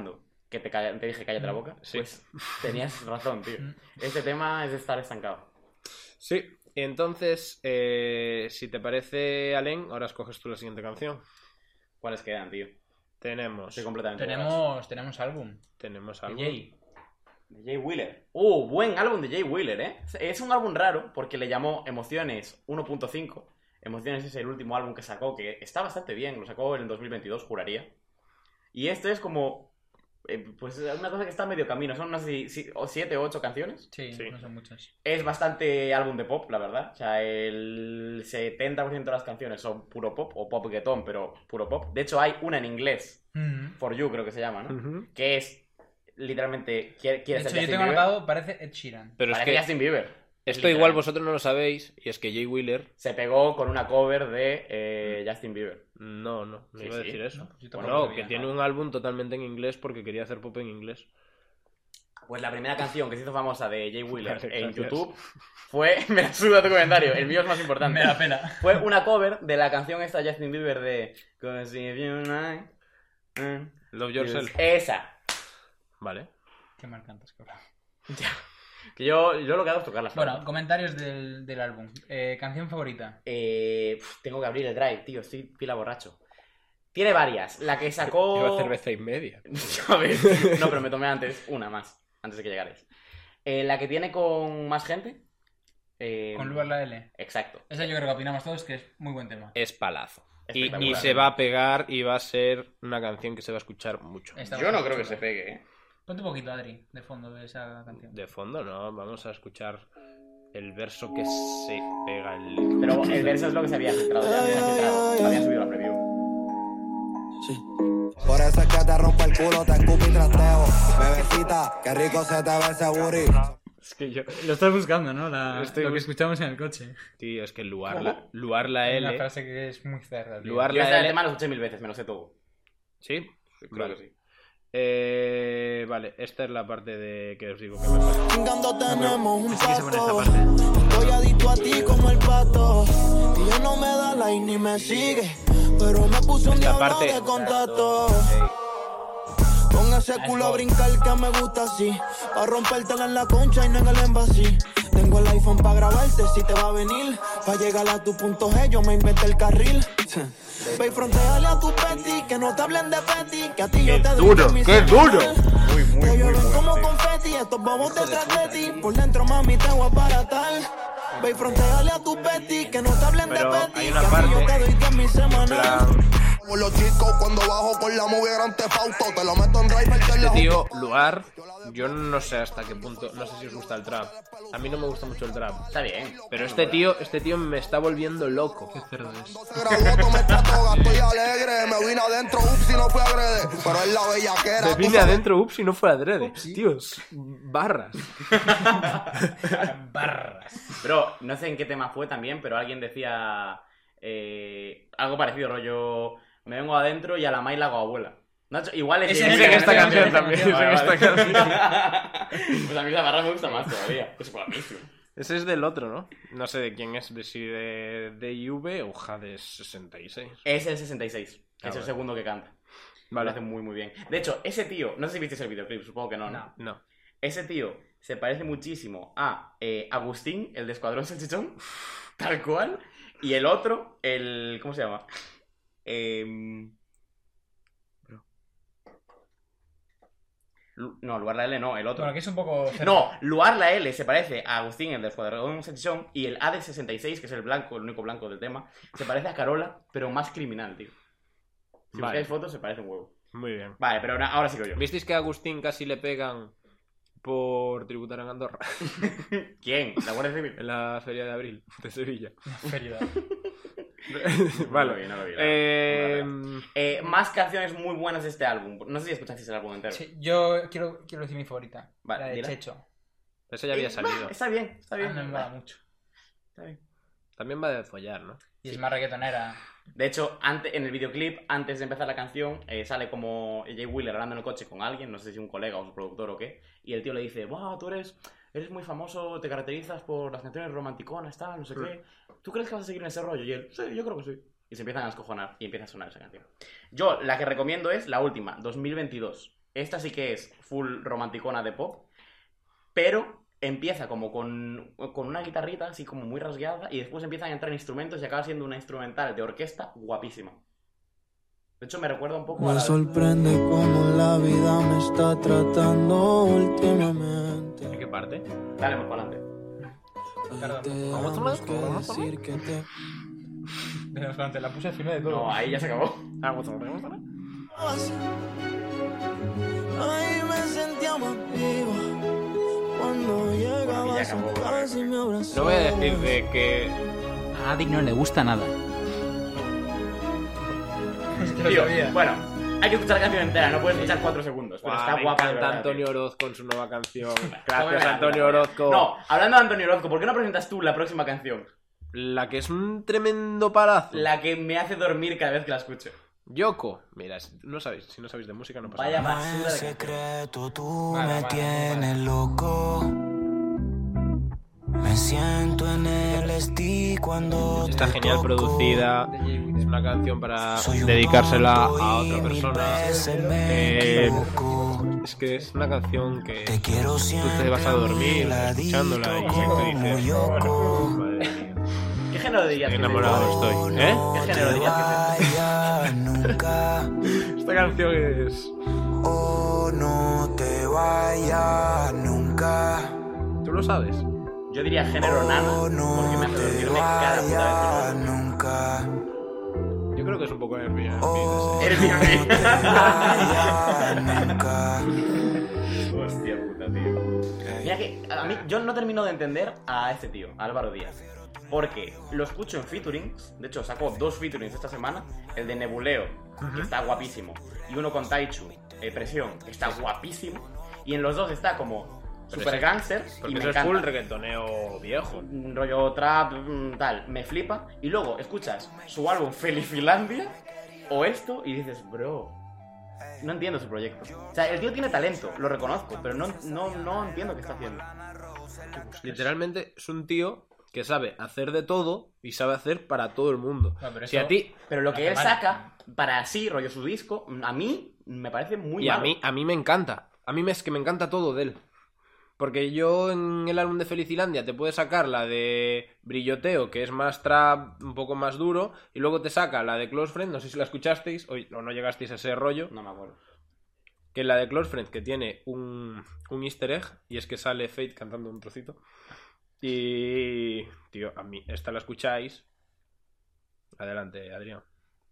que te, calla- te dije cállate la boca, Sí. pues tenías razón, tío. Este tema es de estar estancado. Sí, entonces, eh, si te parece, Alen, ahora escoges tú la siguiente canción. ¿Cuáles quedan, tío? Tenemos, Estoy completamente borracho. Tenemos, tenemos álbum. tenemos De algo. Jay. De Jay Wheeler. Uh, buen álbum de Jay Wheeler, ¿eh? Es un álbum raro porque le llamó Emociones uno punto cinco. Emociones es el último álbum que sacó, que está bastante bien. Lo sacó en el dos mil veintidós, juraría. Y este es como... eh, pues una cosa que está a medio camino. Son unas si- si- o siete o ocho canciones. Sí, Sí. no son muchas. Es bastante álbum de pop, la verdad. O sea, el setenta por ciento de las canciones son puro pop o pop guetón, pero puro pop. De hecho, hay una en inglés, Mm. For You creo que se llama, ¿no? Ujú. Que es literalmente... Quiere, De quiere hecho, ser yo Justin tengo Bieber. anotado, parece Ed Sheeran. Pero es Parece que Justin Bieber. esto Literal. igual vosotros no lo sabéis, y es que Jay Wheeler... Se pegó con una cover de eh, Justin Bieber. No, no, no Sí, iba a sí. decir eso. No, pues yo No, tampoco lo que sabía. tiene un álbum totalmente en inglés porque quería hacer pop en inglés. Pues la primera canción que se hizo famosa de Jay Wheeler Vale, en gracias. YouTube fue... Me la suda tu comentario, el mío es más importante. Me da pena. Fue una cover de la canción esta de Justin Bieber de... 'Cause if you like, mm, Love Yourself. Esa. Vale. Qué mal cantas, cabrón. Que yo, yo lo que hago es tocar las Bueno, comentarios del, del álbum. Eh, canción favorita. Eh, pf, tengo que abrir el drive, tío, estoy pila borracho. Tiene varias. La que sacó... Lleva cerveza y media. A ver, no, pero me tomé antes una más, antes de que llegarais. Eh, la que tiene con más gente. eh, Con Luar la L. Exacto. Esa yo creo que opinamos todos que es muy buen tema. Es palazo. Y, Espectacular. y se va a pegar y va a ser una canción que se va a escuchar mucho. Está Yo no bastante creo que chula. se pegue, ¿eh? Ponte un poquito, Adri, de fondo de esa canción. De fondo no, vamos a escuchar el verso que se pega en Pero el verso es lo que se había filtrado ya, se ha filtrado. Habían subido la preview. Por eso es que te rompo el culo, te escupo y trasteo. Bebecita, qué rico se te ve ese booty. Es que yo... Lo estás buscando, ¿no? La- Estoy lo que bus- escuchamos en el coche. Tío, es que Luar la, Luar la Hay una L... frase que es muy cerda. tío. Luar Yo la este L... tema lo escuché mil veces, me lo sé todo. ¿Sí? Creo Vale. que sí. Eh, vale, esta es la parte de que os digo que me pasa. Chingando tenemos un Así que se pone esta pacto. parte. Estoy adicto a ti como el pato. Ella no me da like ni me sigue, pero me puso un Esta diablo parte- de contacto. Con ese culo a brincar que me gusta así, pa' rompértela en la concha y no en el envasí. Tengo el iPhone pa' grabarte si te va a venir. Pa' llegar a tu punto G yo me inventé el carril. Ve y fronteale a tu peti, que no te hablen de peti, que a ti yo ¡Qué te doy duro, de mi qué semanal. duro! Muy, muy, Te muy llueven bueno, como tío. confeti, estos bobos detrás de ti. Por dentro, mami, te voy a baratar. Ve y fronteale a tu peti, que no te hablen Pero de peti, hay que una a ti parte- yo te doy de mi En semanal. plan, Como los chicos cuando bajo con la movie Grand Theft Auto, te lo meto en driver que es este la tío, Luar, yo no sé hasta qué punto, no sé si os gusta el trap. A mí no me gusta mucho el trap. Está bien. Pero este tío, este tío me está volviendo loco. Qué cerdo es. se graduó, tomé trato, estoy alegre, me vine adentro, ups, y no fui agrede, pero es la bellaquera. Me tú vine sabes. adentro, ups, y no fue adrede. Tíos, barras. Barras. Bro, no sé en qué tema fue también, pero alguien decía eh, algo parecido, rollo... Me vengo adentro y a la May la hago abuela. Nacho, igual es... Ese es es en esta esa canción canción, también. esa Es en Vale, esta vale. canción. Pues a mí la barra me gusta más todavía. Es para mí. Ese es del otro, ¿no? No sé de quién es, de si de, de I V o Jades sesenta y seis. Es el sesenta y seis. Ah, es el vale. segundo que canta. Vale. Lo hace muy, muy bien. De hecho, ese tío... No sé si visteis el videoclip, supongo que no, ¿no? No. No. Ese tío se parece muchísimo a eh, Agustín, el de Escuadrón Salchichón. Tal cual. Y el otro, el... ¿Cómo se llama? Eh... Lu- No, Luar la L no, el otro. Bueno, aquí es un poco cerdo. No, Luar la L se parece a Agustín, el del Escuadrón Salchichón. Y el A D sesenta y seis, que es el blanco, el único blanco del tema, se parece a Carola, pero más criminal, tío. Si Vale. buscáis fotos, se parece un huevo. Muy bien. Vale, pero ahora, ahora sigo yo. ¿Visteis que a Agustín casi le pegan por tributar en Andorra? ¿Quién? ¿La Guardia Civil? En la feria de abril de Sevilla. Feria. Vale. No lo vi, no lo vi, la Eh, verdad. Eh, más canciones muy buenas de este álbum. No sé si escuchasteis el álbum entero. Sí, yo quiero, quiero decir mi favorita. Vale, la de dila. Checho. Esa ya había Eh, salido. va, está bien, está A bien. mí me mola mucho. Está bien. También va de follar, ¿no? Y es más reggaetonera. De hecho, ante- en el videoclip, antes de empezar la canción, eh, sale como Jay Wheeler hablando en el coche con alguien, no sé si un colega o su productor o qué, y el tío le dice, wow, tú eres, eres muy famoso, te caracterizas por las canciones romanticonas, tal, no sé qué. ¿Tú crees que vas a seguir en ese rollo? Y él, sí, yo creo que sí. Y se empiezan a escojonar y empieza a sonar esa canción. Yo, la que recomiendo es la última, dos mil veintidós. Esta sí que es full romanticona de pop, pero empieza como con, con una guitarrita así como muy rasgueada y después empiezan a entrar instrumentos y acaba siendo una instrumental de orquesta guapísima. De hecho, me recuerda un poco a Me la... sorprende cómo la vida me está tratando últimamente. ¿En qué parte? Dale, más para adelante. Tenemos que decir que te... Te la puse encima de todo. No, ahí ya se acabó. Ay, me sentía más vivo cuando llegabas a casa y me abrazabas. No voy a decir de que... A Adik no le gusta nada. Tío, bueno, hay que escuchar la canción entera, no puedes echar cuatro segundos, pero Guau, está me guapa de encanta verdad. Antonio tío. Orozco con su nueva canción. Cómemela, Gracias, Antonio cómemela. Orozco. No, hablando de Antonio Orozco, ¿por qué no presentas tú la próxima canción? La que es un tremendo palazo. La que me hace dormir cada vez que la escucho. Yoko. Mira, si no sabéis, si no sabéis de música no pasa Vaya nada. basura de secreto, tú Vale, me vale, tienes loco. Me siento en el S D cuando Está te genial toco. producida. Es una canción para Soy un dedicársela tonto a y otra mil persona. veces me Eh, equivoco. es que es una canción que Te quiero tú siempre te vas a dormir escuchándola y como te dices, Yoko. madre mía, ¿Qué género dirías qué que es enamorado esto? estoy. ¿Eh? ¿Qué género dirías que es esto? Vaya nunca. Esta canción es... Oh, no te vayas nunca. ¿Tú lo sabes? Yo diría género nana, Oh, porque no me hace te dormirme cada puta vayas vez. nunca. Yo creo que es un poco Airbnb. Oh, Eres no mi te vayas nunca. Hostia puta, tío. Mira que a mí, yo no termino de entender a este tío, a Álvaro Díaz. Porque lo escucho en featurings. De hecho, sacó dos featurings esta semana. El de Nebuleo, que está guapísimo. Y uno con Taichu, eh, Presión, que está guapísimo. Y en los dos está como Pero super ese- gangster. Porque Y me eso es encanta. full reggaetoneo viejo. Un rollo trap, mm, tal, me flipa. Y luego escuchas su álbum Felifilandia o esto y dices, bro, no entiendo su proyecto. O sea, el tío tiene talento, lo reconozco, pero no, no, no entiendo qué está haciendo. Literalmente es un tío que sabe hacer de todo y sabe hacer para todo el mundo. No, pero Si eso- a ti... Pero lo que él Hace mal. saca para así, rollo su disco, a mí me parece muy Y a malo. mí, a mí me encanta. A mí me, es que me encanta todo de él. Porque yo en el álbum de Felicilandia te puedes sacar la de Brilloteo, que es más trap, un poco más duro, y luego te saca la de Close Friend, no sé si la escuchasteis, o no, no llegasteis a ese rollo, No me acuerdo. que es la de Close Friend, que tiene un, un easter egg, y es que sale Fate cantando un trocito. Y... tío, a mí, esta la escucháis. Adelante, Adrián.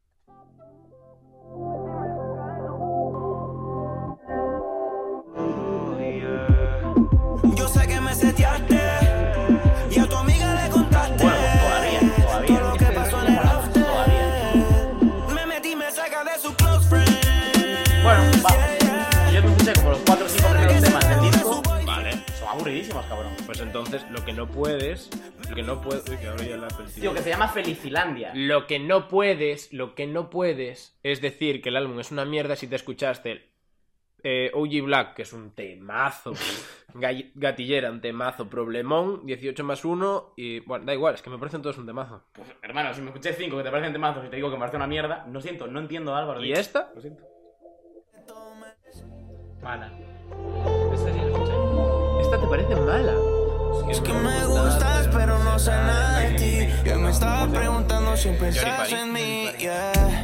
Yo sé que me seteaste y a tu amiga le contaste. Bueno, todavía, todavía. Todo lo que pasó en el after. Todavía. Me metí, me saca de su close friend. Bueno, vamos. Yo me escuché como los cuatro o cinco primeros temas del disco. Vale. Son aburridísimos, cabrón. Pues entonces, lo que no puedes... Lo que no puedes... Uy, que ahora ya la percibo. Tío, que se llama Felicilandia. Lo que no puedes, lo que no puedes es decir que el álbum es una mierda si te escuchaste eh, O G Black, que es un temazo, Gall- Gatillera, un temazo, Problemón, dieciocho más uno, y bueno, da igual, es que me parecen todos un temazo. Pues, hermano, si me escuché cinco que te parecen temazos y te digo que me parece una mierda, no siento, no entiendo a Álvaro. ¿Y Díaz. esta? Lo siento. Mala. Esa sí la escuché. Esta te parece mala. Es que me gustas, pero no sé nada de ti. Yo me estaba preguntando si pensás en mí, yeah.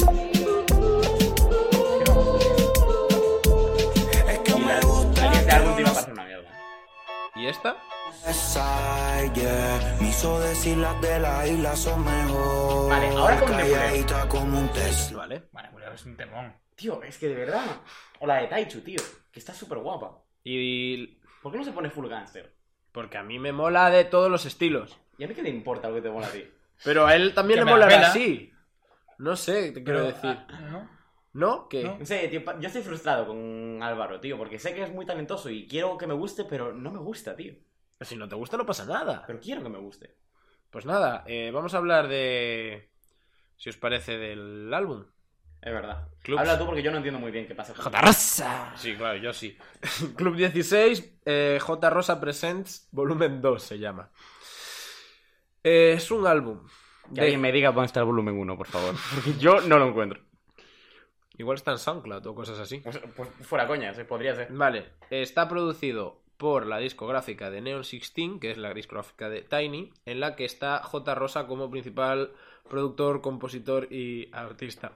Es que Y me la, gusta, la que este álbum te iba a pero parecer una mierda. ¿Y esta? esa, yeah. Me hizo decir las de la isla son mejor. Vale, ahora con calladita como un Tesla. Vale. Vale, pues es un temón. Tío, es que de verdad. O la de Taichu, tío, que está súper guapa. Y... ¿Por qué no se pone full gangster? porque a mí me mola de todos los estilos. ¿Y a mí qué te importa lo que te mola a ti? Pero a él también Que le me la molará pela. así. No sé, te quiero Pero, decir. ah, ¿no? ¿No? ¿Qué? No. No sé, tío, pa- yo estoy frustrado con Álvaro, tío, porque sé que es muy talentoso y quiero que me guste, pero no me gusta, tío. Si no te gusta no pasa nada. Pero quiero que me guste. Pues nada, eh, vamos a hablar de... Si os parece del álbum. Es verdad. Clubs. Habla tú porque yo no entiendo muy bien qué pasa. con- J. Rosa. Sí, claro, yo sí. Club dieciséis, eh, J. Rosa Presents, volumen dos se llama. Eh, es un álbum. Que alguien me diga dónde está el volumen uno, por favor. Porque yo no lo encuentro. Igual está en SoundCloud o cosas así. Pues, pues fuera coña, se podría ser. Vale, está producido por la discográfica de Neon dieciséis, que es la discográfica de Tiny, en la que está J. Rosa como principal productor, compositor y artista.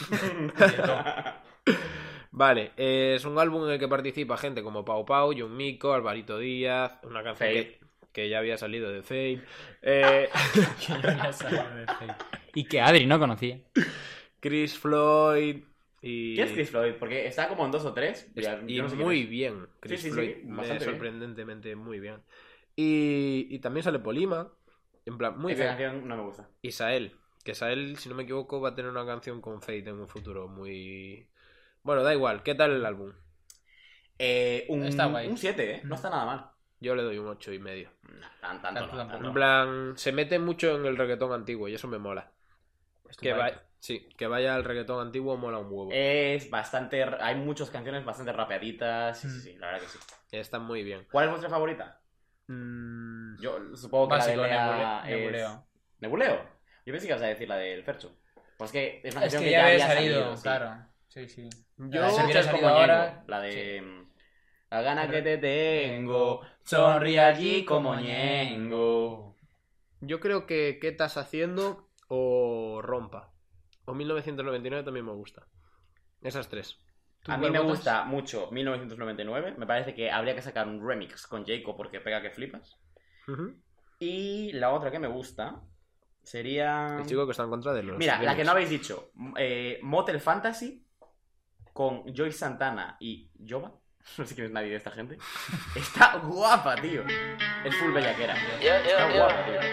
Vale, es un álbum en el que participa gente como Pau Pau, John Mico, Alvarito Díaz, una canción que, que ya había salido de Fate. Eh... que ya había salido de Fate. Y que Adri no conocía. Chris Floyd y... ¿Quién es Chris Floyd? Porque está como en dos o tres. Es, ya, y no sé muy bien. Chris sí, sí, Floyd, sí, me, sorprendentemente bien. muy bien. Y, y también sale Polima. En plan, muy Esa bien. canción no me gusta. Isael. Que Isael, si no me equivoco, va a tener una canción con Fate en un futuro muy... Bueno, da igual. ¿Qué tal el álbum? Eh, un, Está guay. un siete, ¿eh? No está nada mal. Yo le doy un ocho y medio. No, tan, tanto, Tanto no, tampoco. tanto. En plan, se mete mucho en el reggaetón antiguo y eso me mola. Que guay. vaya, sí, que vaya al reggaetón antiguo mola un huevo. Es bastante... Hay muchas canciones bastante rapeaditas. Sí, sí, sí, la verdad que sí. Está muy bien. ¿Cuál es vuestra favorita? Mm, Yo supongo que Básico, la de Lea nebule- es... nebuleo. ¿Nebuleo? Yo pensé que ibas a decir la del Fercho. Pues que es una Es canción que que ya ya había había salido, salido, sí. claro. Sí, sí. Yo- La Si hubiera es salido como ahora. Ñengo, la de... sí. La gana que te tengo, sonríe allí como Ñengo. yo creo que ¿qué estás haciendo? O Rompa. O mil novecientos noventa y nueve también me gusta. Esas tres. ¿Tú A mí cuál me votas? gusta mucho mil novecientos noventa y nueve. Me parece que habría que sacar un remix con Jacob porque pega que flipas. Ujú. Y la otra que me gusta sería... El chico que está en contra de los... Mira, la que gays. no habéis dicho. eh, Motel Fantasy con Joyce Santana y Jova. No sé quién es nadie de esta gente. Está guapa, tío. Es full bellaquera. Está guapa, tío.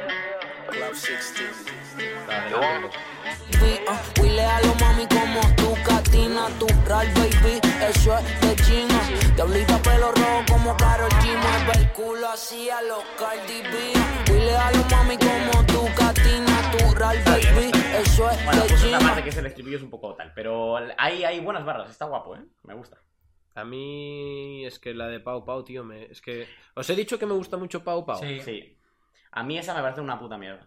Huile a lo mami como tu Katina, tu Ral baby, eso es de chino. Diablita pelo rojo como Karol G, mueve el culo así a los Cardi B. Huile a lo mami como tu Katina, tu Ral baby, eso es Bueno, de pues esta parte chino. que es el estribillo es un poco tal. Pero hay, hay buenas barras. Está guapo, ¿eh? Me gusta. A mí es que la de Pau Pau, tío, me... es que... Os he dicho que me gusta mucho Pau Pau. Sí. Sí. A mí esa me parece una puta mierda.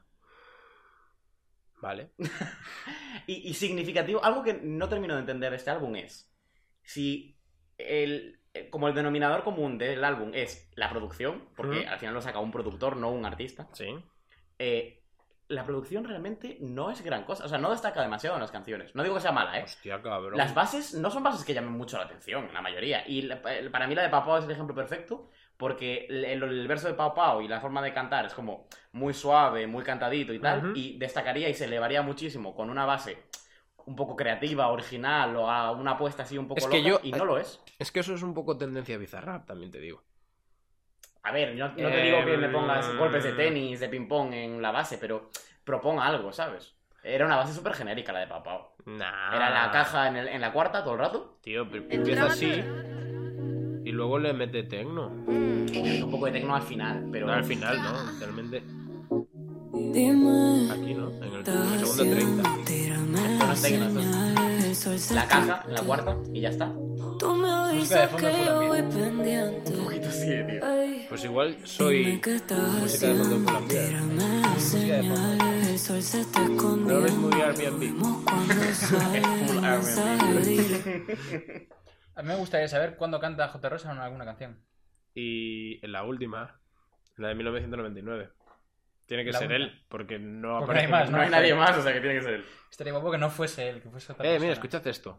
Vale. Y, y significativo, algo que no termino de entender de este álbum es si el, como el denominador común del álbum es la producción, porque Mm. al final lo saca un productor, no un artista, Sí. eh, la producción realmente no es gran cosa, o sea, no destaca demasiado en las canciones. No digo que sea mala, ¿eh? Hostia, cabrón. Las bases no son bases que llamen mucho la atención, la mayoría. Y la- para mí la de Pau Pau es el ejemplo perfecto, porque el, el- el verso de Pau Pau y la forma de cantar es como muy suave, muy cantadito y tal, Ujú. y destacaría y se elevaría muchísimo con una base un poco creativa, original, o a una apuesta así un poco Es que loca, yo- y no lo es. Es que eso es un poco tendencia bizarra, también te digo. A ver, no, no te Eh, digo que me pongas mm. golpes de tenis, de ping-pong en la base, pero proponga algo, ¿sabes? Era una base súper genérica la de Pau Pau. Nah. Era la caja en, el- en la cuarta todo el rato. Tío, pero empieza así y luego le mete tecno. Un poco de tecno al final, pero... No, al final, ¿no? Literalmente. Dime, Aquí, ¿no? En el, en el segundo treinta. tírame Esto no es tecno, esto es señales, el sol se la caja en la cuarta y ya está. Tú me Música de avisas fondo que por yo la voy vida. pendiente. Un poquito así, tío. Ay, Pues igual soy dime qué estás música de fondo haciendo. por la vida. Tírame señales, el sol se está escondiendo. No es muy Airbnb. Vemos cuando sale el mensaje, dile. A mí me gustaría saber cuándo canta J. Rosa en alguna canción. Y en la última, la de mil novecientos noventa y nueve. Tiene que La ser única. él, porque no Porque aparece no hay más, No hay nadie más, o sea que tiene que ser él. Estaría guapo que no fuese él, que fuese otra Eh, mira, persona. escuchad esto.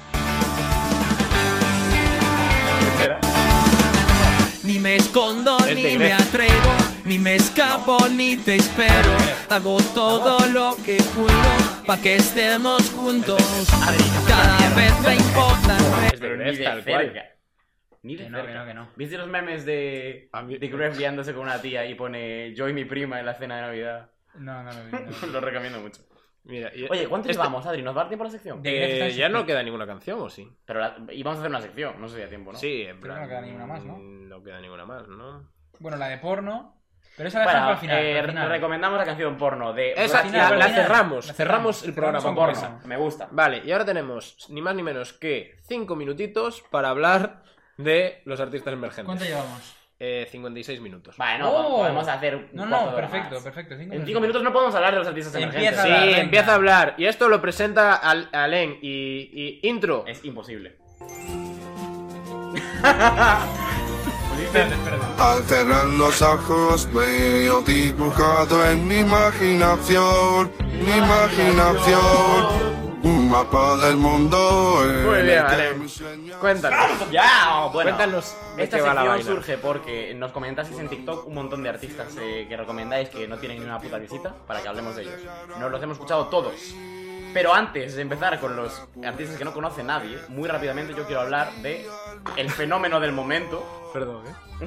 Ni me escondo, Es de ni me Gref. atrevo, ni me escapo, ni te espero. Hago todo lo que puedo pa' que estemos juntos. Cada vez me importa. Es de Pero ni Gref, de tal cual. cerca. Ni de Que no, cerca. que no, que no. ¿Viste los memes de, A mí- de Gref liándose con una tía y pone yo y mi prima en la cena de Navidad? No, no, no. no. Lo recomiendo mucho. Mira, y- Oye, ¿cuánto este- llevamos, Adri? ¿Nos va a dar tiempo a la sección? De Gref está Eh, en ya su- no queda ninguna canción, ¿o sí? Pero la- íbamos a hacer una sección, no sé si da tiempo, ¿no? Sí, en Creo que plan... no queda ninguna más, ¿no? No queda ninguna más, ¿no? Bueno, la de porno. Pero esa la dejamos Bueno, al final. eh, al final. recomendamos la canción porno de... Esa, Al la, final, la al final. cerramos, La cerramos el programa Cerramos con con esa. porno. Me gusta. Vale, y ahora tenemos ni más ni menos que cinco minutitos para hablar de los artistas emergentes. ¿Cuánto llevamos? Eh, cincuenta y seis minutos. Vale, no, Oh. podemos hacer un No, cuarto no, de hora perfecto, más. perfecto. Cinco En minutos. cinco minutos no podemos hablar de los artistas Empieza emergentes. a Sí, hablar, venga. empieza a hablar. Y esto lo presenta al- Alen. Y, y intro. Es imposible. Espérate, espérate. Al cerrar los ojos veo dibujado en mi imaginación, mi imaginación, un mapa del mundo. en Muy bien, el que Alen. mis sueños- Cuéntanos. Ya, bueno. Cuéntanos de Esta qué va la sección vaina. surge porque nos comentasteis en TikTok un montón de artistas eh, que recomendáis que no tienen ni una puta visita para que hablemos de ellos. Nos los hemos escuchado todos. Pero antes de empezar con los artistas que no conoce nadie, muy rápidamente yo quiero hablar de el fenómeno del momento, Perdón,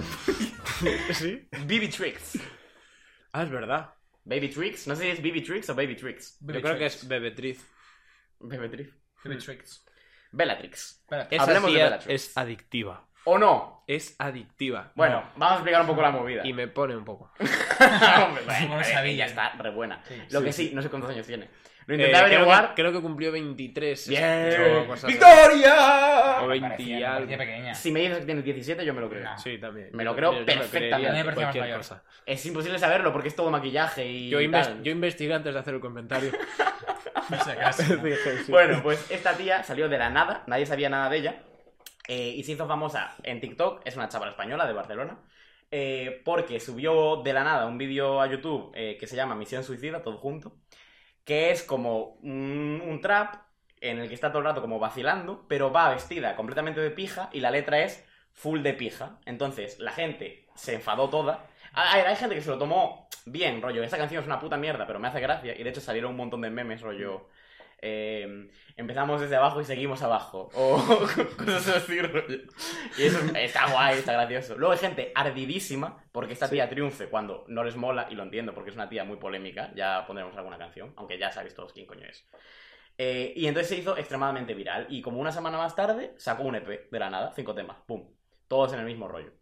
¿eh? ¿Sí? Baby Tricks. Ah, es verdad. Baby Tricks, no sé si es Baby Tricks o Baby Tricks. Yo creo que es Bebetriz. Baby Tricks. Baby Tricks. Bellatrix. Espérate. Esa Hablemos de tía Bellatrix. es adictiva. ¿O no? Es adictiva. Bueno, vamos a explicar un poco la movida. Y me pone un poco. Hombre, bueno, Como eh, sabía. ella está re buena. Sí. Lo Sí, que sí, sí. no sé cuántos años tiene. Lo Eh, intenté creo, averiguar. que, creo que cumplió veintitrés. ¡Bien! o cosas así. ¡Victoria! O Me veinte parecía- y me algo. parecía pequeña. Si me dices que tiene diecisiete, yo me lo creo. No. Sí, también. Me lo Yo- creo yo me perfectamente. creería A mí me parecía más cualquier mayor. cosa. Es imposible saberlo porque es todo maquillaje y. Yo, inves- tal. yo investigué antes de hacer el comentario. Por si acaso. Dije, sí. Bueno, pues esta tía salió de la nada, nadie sabía nada de ella. eh, y se hizo famosa en TikTok. Es una chavala española de Barcelona. eh, porque subió de la nada un vídeo a YouTube eh, que se llama Misión Suicida, todo junto. Que es como un, un trap en el que está todo el rato como vacilando, pero va vestida completamente de pija y la letra es full de pija. Entonces la gente se enfadó toda. Hay, hay gente que se lo tomó bien, rollo, esta canción es una puta mierda, pero me hace gracia. Y de hecho salieron un montón de memes, rollo... eh, empezamos desde abajo y seguimos abajo. O cosas así, rollo. Y eso está guay, está gracioso. Luego hay gente ardidísima porque esta tía triunfe cuando no les mola, y lo entiendo porque es una tía muy polémica. Ya pondremos alguna canción, aunque ya sabéis todos quién coño es. Eh, y entonces se hizo extremadamente viral. Y como una semana más tarde, sacó un E P de la nada, cinco temas, pum. Todos en el mismo rollo.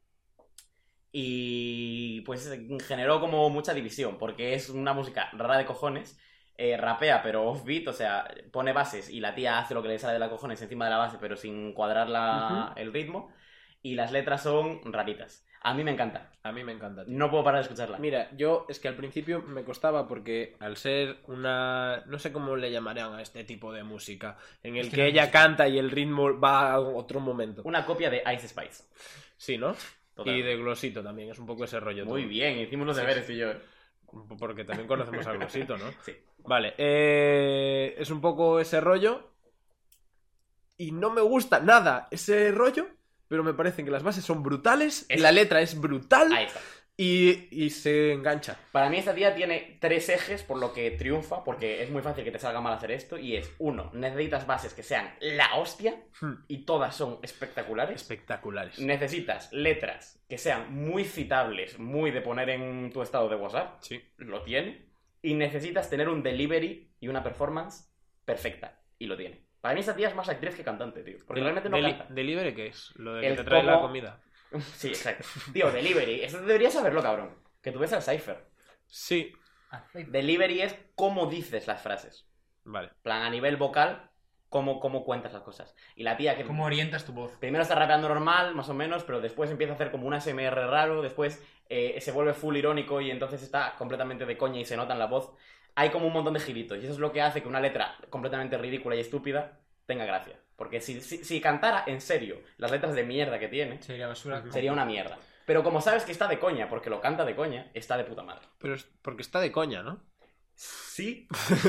Y pues generó como mucha división, porque es una música rara de cojones. Eh, rapea, pero offbeat, o sea, pone bases y la tía hace lo que le sale de la cojones encima de la base, pero sin cuadrar la, el ritmo. Y las letras son raritas. A mí me encanta. A mí me encanta, tío. No puedo parar de escucharla. Mira, yo es que al principio me costaba porque al ser una... No sé cómo le llamarían a este tipo de música, en el Es que que no ella sé. canta y el ritmo va a otro momento. Una copia de Ice Spice. Sí, ¿no? Total. Y de Glosito también, es un poco ese rollo. Muy todo. bien, hicimos los deberes tú y yo. Porque también conocemos a Glosito, ¿no? Sí. Vale, eh, es un poco ese rollo. Y no me gusta nada ese rollo, pero me parece que las bases son brutales, Es- la letra es brutal Ahí está. y, y se engancha. Para mí esta tía tiene tres ejes por lo que triunfa, porque es muy fácil que te salga mal hacer esto, y es, uno, necesitas bases que sean la hostia, Hmm. y todas son espectaculares. Espectaculares. Necesitas letras que sean muy citables, muy de poner en tu estado de WhatsApp, Sí. lo tiene, y necesitas tener un delivery y una performance perfecta, y lo tiene. Para mí esta tía es más actriz que cantante, tío, porque Del- realmente no deli- canta. ¿Delivery qué es? Lo de que El te trae la cómo- comida. Sí, exacto. Tío, delivery, eso deberías saberlo, cabrón. Que tú ves al Cypher. Sí. Delivery es cómo dices las frases. Vale. Plan, a nivel vocal, cómo, cómo cuentas las cosas. Y la tía que ¿Cómo orientas tu voz? primero está rapeando normal, más o menos, pero después empieza a hacer como un A S M R raro, después eh, se vuelve full irónico y entonces está completamente de coña y se nota en la voz. Hay como un montón de giritos y eso es lo que hace que una letra completamente ridícula y estúpida tenga gracia. Porque si, si, si cantara en serio las letras de mierda que tiene, Sería basura. sería una mierda. Pero como sabes que está de coña, porque lo canta de coña, está de puta madre. Pero es porque está de coña, ¿no? Sí.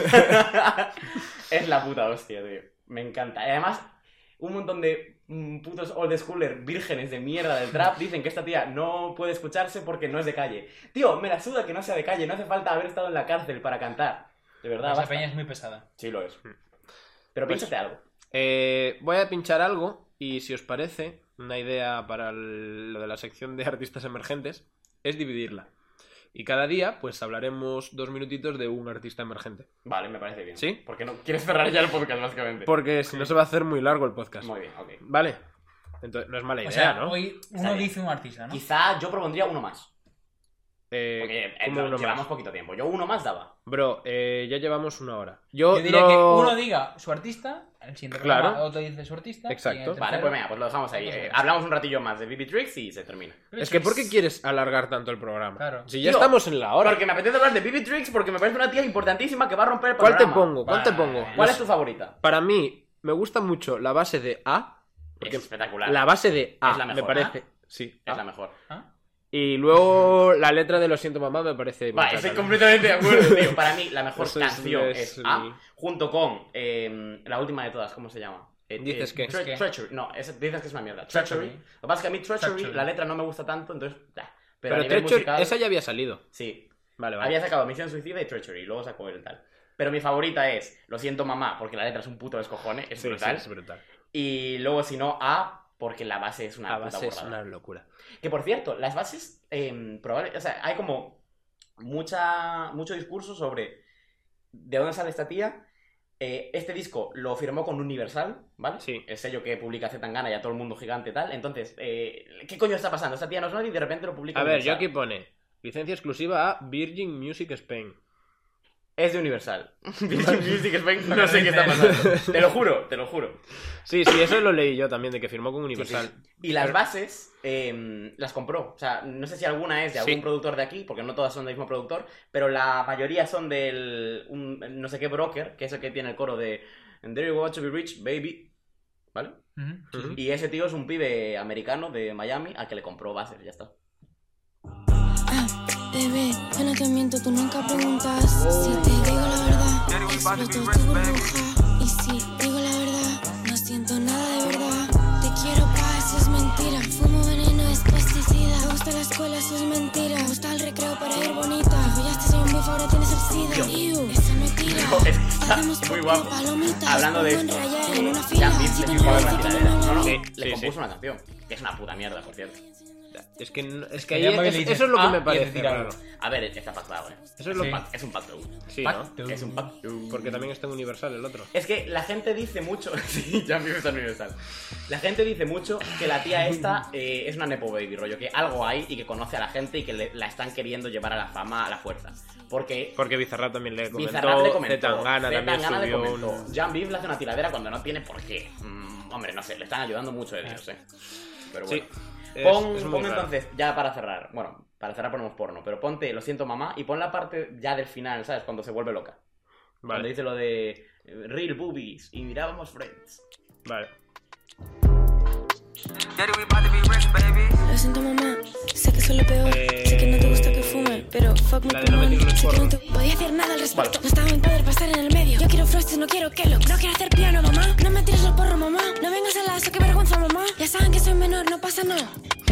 Es la puta hostia, tío. Me encanta. Y además, un montón de mm, putos old schooler vírgenes de mierda del trap dicen que esta tía no puede escucharse porque no es de calle. Tío, me la suda que no sea de calle. No hace falta haber estado en la cárcel para cantar. De verdad, Esa basta. peña es muy pesada. Sí lo es. Pero Pues- pínchate algo. Eh, voy a pinchar algo y si os parece, una idea para el- lo de la sección de artistas emergentes es dividirla. Y cada día, pues hablaremos dos minutitos de un artista emergente. Vale, me parece bien. ¿Sí? Porque no quieres cerrar ya el podcast, básicamente. Porque si no se va a hacer muy largo el podcast. Muy bien, ok. Vale. Entonces, no es mala idea, O sea, ¿no? hoy Está uno bien. dice un artista, ¿no? Quizá yo propondría uno más. Eh, Porque eh, ¿cómo no, uno llevamos más? poquito tiempo. Yo uno más daba. Bro, eh, ya llevamos una hora. Yo, Yo diría no... que uno diga su artista, el siguiente Claro. programa otro dice su artista. Exacto. y en el Vale, tercero- pues venga, pues lo dejamos ahí. Eh, hablamos un ratillo más de B B Tricks y se termina. Es que ¿por qué quieres alargar tanto el programa? Claro. Si ya Tío, estamos en la hora. Porque me apetece hablar de B B Tricks porque me parece una tía importantísima que va a romper el ¿Cuál te programa. pongo? ¿Cuál te pongo? ¿Cuál No es tu favorita? Para mí, me gusta mucho la base de A. Porque Es espectacular. la base de A Es la mejor, me parece. ¿ah? Sí. Es A. la mejor. Y luego la letra de Lo siento mamá me parece. Vale, brutal estoy también. completamente de acuerdo, tío. Para mí, la mejor Eso es canción es, Leslie. A, junto con eh, la última de todas, ¿cómo se llama? Eh, Dices eh, que- Tre- Es que- Treachery. No, es- dices que es una mierda. Treachery. Treachery. Lo que pasa es que a mí Treachery, Treachery. la letra no me gusta tanto, entonces. ah, Pero, Pero a nivel Treachery, musical, esa ya había salido. Sí. Vale, vale. Había sacado Misión Suicida y Treachery, y luego sacó el tal. Pero mi favorita es Lo siento mamá, porque la letra es un puto descojone, es Sí, brutal. sí, es brutal. Y luego, si no, A, porque la base es una La puta base es borrada. una locura. Que por cierto, las bases, eh, probable, o sea, hay como mucha, mucho discurso sobre de dónde sale esta tía. Eh, este disco lo firmó con Universal, ¿vale? Sí. El sello que publica Zetangana y a todo el mundo gigante y tal. Entonces, eh, ¿qué coño está pasando? Esta tía no es nadie y de repente lo publica A ver, yo Universal. aquí pone licencia exclusiva a Virgin Music Spain. Es de Universal. Virgin Music Spain, no sé qué está pasando. Te lo juro, te lo juro. Sí, sí, eso lo leí yo también, de que firmó con Universal. Sí, sí. Y las bases eh, las compró. O sea, no sé si alguna es de algún Sí. productor de aquí, porque no todas son del mismo productor, pero la mayoría son del un, no sé qué broker, que es el que tiene el coro de And there you want to be rich, baby. ¿Vale? Ujú, sí, sí. Y ese tío es un pibe americano de Miami al que le compró bases, ya está. Bebé, yo no te miento, tú nunca preguntas. Si te digo la verdad, exploto tu burbuja. Y si digo la verdad, no siento nada de verdad. Te quiero pa', eso es mentira. Fumo veneno, es pesticida. Me gusta la escuela, eso es mentira. Me gusta el recreo para ir bonita. Follaste, soy un bif, ahora tienes el sida. Iu, eso me tira. No, es que está Hacemos muy poco, guapo. palomitas, Hablando de pongo en esto, raya en una eh, fila. Jan Beef Si le tú firmó no la ves que tiradera. no me No, no, Sí, le sí, compuso sí. una canción, que es una puta mierda, por cierto. Es que, no- es que Sería ahí muy es- bien, eso es lo que ah, me y parece retirarlo. raro. A ver, está pactado, eh. Eso es lo Sí. Pa- Es un pacto. Sí, Pac- ¿no? Es un pacto. Porque también está en Universal el otro. Es que la gente dice mucho. Sí, ya me gusta Universal. La gente dice mucho que la tía esta eh, es una Nepo Baby, rollo. Que algo hay y que conoce a la gente y que le- la están queriendo llevar a la fama a la fuerza. Porque. Porque Bizarrap también le comentó. Bizarrap le comentó. Zetangana también Zetangana le subió comentó. un... Jan Beef le hace una tiradera cuando no tiene por qué. Mm, hombre, no sé, le están ayudando mucho de Dios, eh. Pero Sí. bueno. Es- Pon, es muy pon raro. entonces, ya para cerrar. Bueno, para cerrar ponemos porno. Pero ponte Lo siento mamá y pon la parte ya del final, ¿sabes? Cuando se vuelve loca. Cuando Vale, dice lo de eh, Real Boobies y mirábamos Friends. vale. Lo siento, mamá. Sé que soy lo peor. Eh, Sé que no te gusta que fume, pero fuck me la de no pulmón. meter los Sé que no porros. te podía hacer nada al respecto. No estaba mi padre para estar en el medio. Yo quiero Frosties, no quiero Kellogg. No quiero hacer piano, mamá. No me tires el porro, mamá. No vengas al lazo, qué vergüenza, mamá. Ya saben que soy menor, no pasa nada.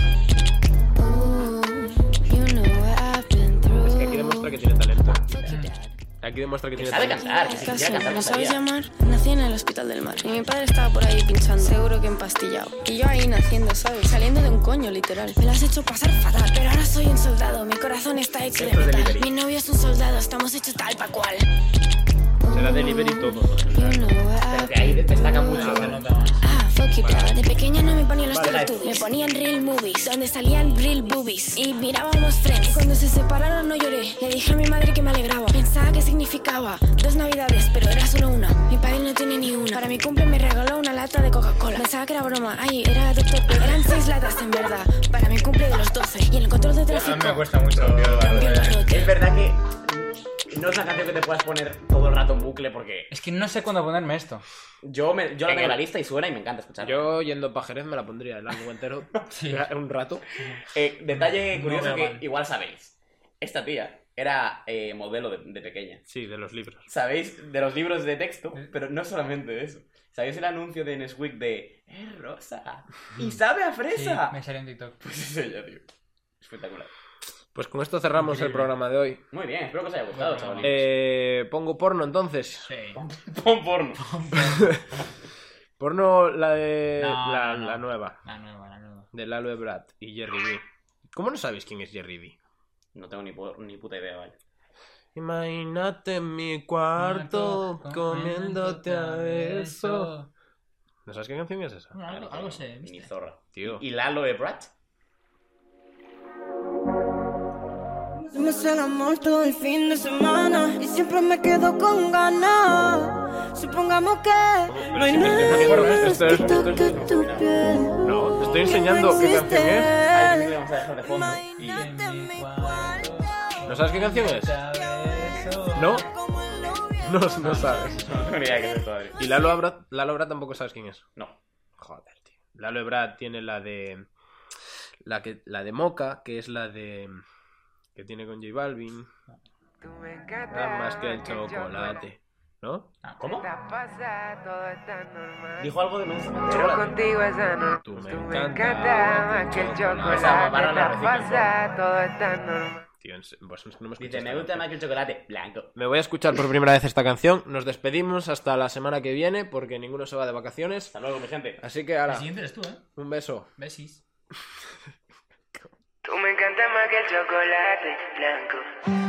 Ooh, you know what I've been through. Es que aquí demuestra que tiene talento. Fuck your dad. Aquí demuestra que Que tiene sabe talento. cantar, que si Caso, quisiera cantar ¿me sabes cantaría. llamar? Nací en el hospital del mar y mi padre estaba por ahí pinchando, seguro que empastillado. Y yo ahí naciendo, ¿sabes? Saliendo de un coño, literal. Me lo has hecho pasar fatal, pero ahora soy un soldado. Mi corazón está hecho de Esto es metal. delivery. Mi novio es un soldado, estamos hechos tal pa' cual. Será delivery todo. You know what Pero I've que ahí destaca mucho. Se nota más. Ah, fuck you, dad. De pequeña no me ponían los Vale. Teletubbies. Me ponían real movies, donde salían real boobies. Y mirábamos Friends. Y cuando se separaron no lloré. Le dije a mi madre que me alegraba. Pensaba que significaba dos navidades, pero era solo una. Mi padre no tiene ni una. Para mi cumple me regaló una lata de Coca-Cola. Pensaba que era broma. Ay, era doctor Pepper. Eran seis latas en verdad. Para mi cumple de los doce. Y en el control de A mí tráfico me cuesta mucho. cambió el barrote. Es verdad que no es una canción que te puedas poner todo el rato en bucle porque Es que no sé cuándo ponerme esto. yo, me, yo la en tengo en la el- lista y suena y me encanta escucharla. Yo yendo pa' Jerez me la pondría el álbum entero. Sí. Un rato. Eh, detalle No curioso veo que mal. igual sabéis. Esta tía era eh, modelo de, de pequeña. Sí, de los libros. ¿Sabéis? De los libros de texto, pero no solamente de eso. ¿Sabéis el anuncio de Nesquik de es rosa y sabe a Sí, fresa? me salió en TikTok. Pues es ella, tío. Espectacular. Pues con esto cerramos el Increíble. programa de hoy. Muy bien, espero que os haya gustado, Bueno, chavales. Eh, pongo porno entonces. Sí. Pon porno. Porno la de No, la, no, no. la nueva. La nueva, la nueva. De Lalo Ebrard y Jerry B. ¿Cómo no sabéis quién es Jerry B? No tengo ni, pu- ni puta idea, vale. Imagínate en mi cuarto comiéndote a beso. ¿No sabes qué canción es esa? Bueno, algo, algo sé, Ni ¿viste? zorra. Tío. ¿Y Lalo Ebrard? Me hace el amor todo el fin de semana y siempre me quedo con ganas. Supongamos que no hay nada más que toque tu piel. No, te estoy enseñando qué canción es. Ay, le vamos a dejar de fondo. Y... ¿No sabes qué canción es? ¿No? No, no sabes. No tengo ni idea qué es esto, Adri. Y Lalo Ebrard, Lalo Ebrard tampoco sabes quién es. No. Joder, tío. Lalo Ebrard tiene la de... La, que, la de Moca, que es la de... Que tiene con J Balvin. Nada más que el chocolate. ¿No? ¿Cómo? Dijo algo de mensaje de chocolate. Tú me encanta más que el chocolate. Tío, vos no me escuchas. Dice, me gusta más que el chocolate blanco. Me voy a escuchar por primera vez esta canción. Nos despedimos hasta la semana que viene porque ninguno se va de vacaciones. Hasta luego, mi gente. Así que ahora. El siguiente eres tú, ¿eh? Un beso. Besis. Tú me encanta más que el chocolate blanco.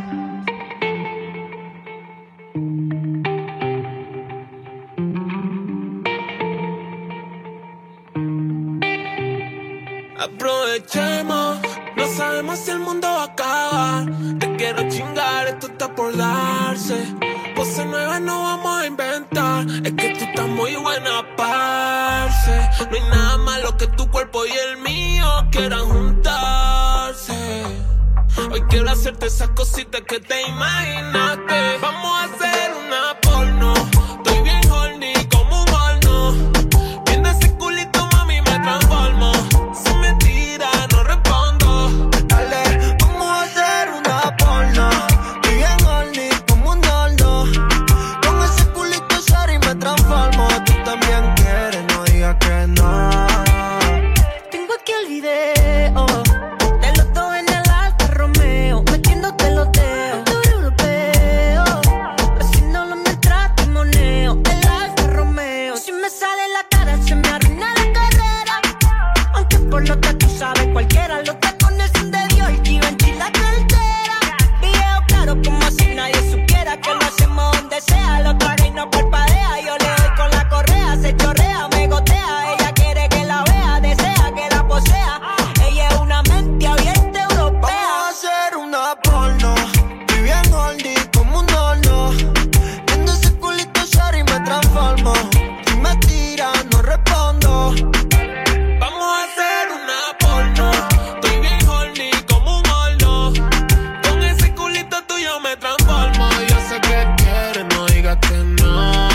Aprovechemos, no sabemos si el mundo va a acabar. Te quiero chingar, esto está por darse. Pose nueva no vamos a inventar. Es que tú estás muy buena, parce. No hay nada malo que tu cuerpo y el mío quieran juntarse. Hoy quiero hacerte esas cositas que te imaginaste. Vamos a hacer una porno. Estoy bien horny como un horno. Viendo ese culito, mami, me transformo. Si me tira, no respondo. Dale, vamos a hacer una porno. Estoy bien horny como un horno. Con ese culito, Shari, me transformo. Tú también quieres, no digas que no. Tengo aquí el video de los dos en el Alfa Romeo, metiéndote los dedos. Tour europeo, haciéndolo mientras timoneo. El Alfa Romeo, si me sale la cara se me arruina la carrera. Aunque por lo que tú sabes cualquiera, los tacones son de Dios y Givenchy la cartera. Video claro como si nadie supiera que lo hacemos donde sea. Lo traje y no parpadea, yo le doy con la correa, se chorrea, me gotea. Ella quiere que la vea, desea que la posea. Ella es una mente abierta europea. Vamos a hacer una porno. Estoy bien horny como un horno. Viendo ese culito, Shari, me transformo. Si me tira, no respondo. Vamos a hacer una porno. Estoy bien horny como un horno. Con ese culito tuyo me transformo. Yo sé que quieres, no digas que no.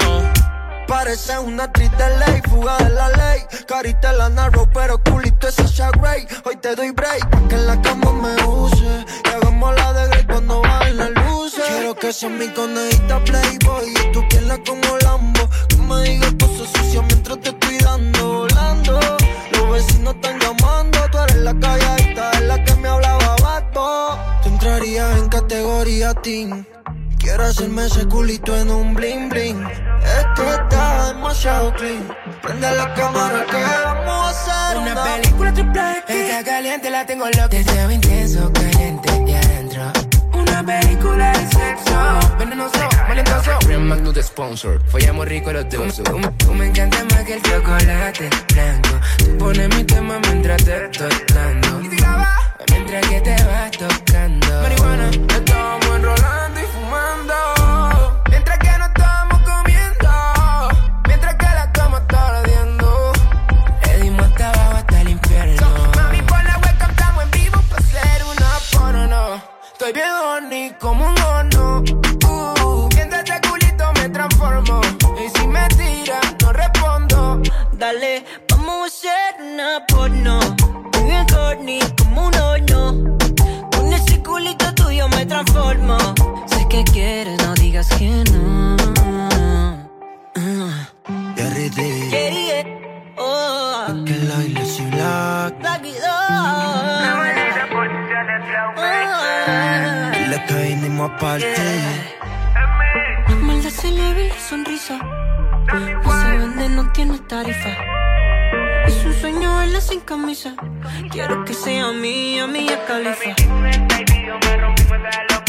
Parece una actriz de ley, fuga de la ley. Carita la narrow, pero culito ese Shaq Ray. Hoy te doy break, pa' que en la cama me use. Y hagamos la de Grey cuando bajen las luces. Quiero que seas mi conejita Playboy y tu pierna como Lambo. Que me digas cosas sucias mientras te estoy dando, volando. Los vecinos están llamando, tú eres la calladita, es la que me hablaba Bad Boy. Tú entrarías en categoría teen. Quiero hacerme ese culito en un bling bling. Esto está demasiado clean. Prende la cámara que vamos a hacer Una una, película triple X. Está caliente, la tengo loca. Deseo intenso, caliente y adentro. Una película de sexo. Venenoso, malentoso. Brand Magnus de sponsor. Follamos rico los dos. Tú, tú me encanta más que el chocolate blanco. Tú pones mi tema mientras te estoy dando. Mientras que te vas tocando. Marihuana, estamos enrolando y fumando. Mientras que nos estamos comiendo. Mientras que la cama está ardiendo. Le dimos hasta abajo hasta el infierno. So, mami, por la webcam estamos en vivo para hacer una porno. Estoy bien horny como un horno. Uh, mientras este culito me transformo. Y si me tira, no respondo. Dale, vamos a hacer una porno. Estoy bien horny como un horno. Con ese culito tuyo me transformo. Sé que quieres, no digas que no. Jerry D. Jerry, oh, Que la Iglesia Black. Blacky Dog. Dile que vinimos a partir. La maldad se le ve la sonrisa. No se vende, no tiene tarifa. Es un sueño verla sin camisa. Quiero que sea mía, mía Califa.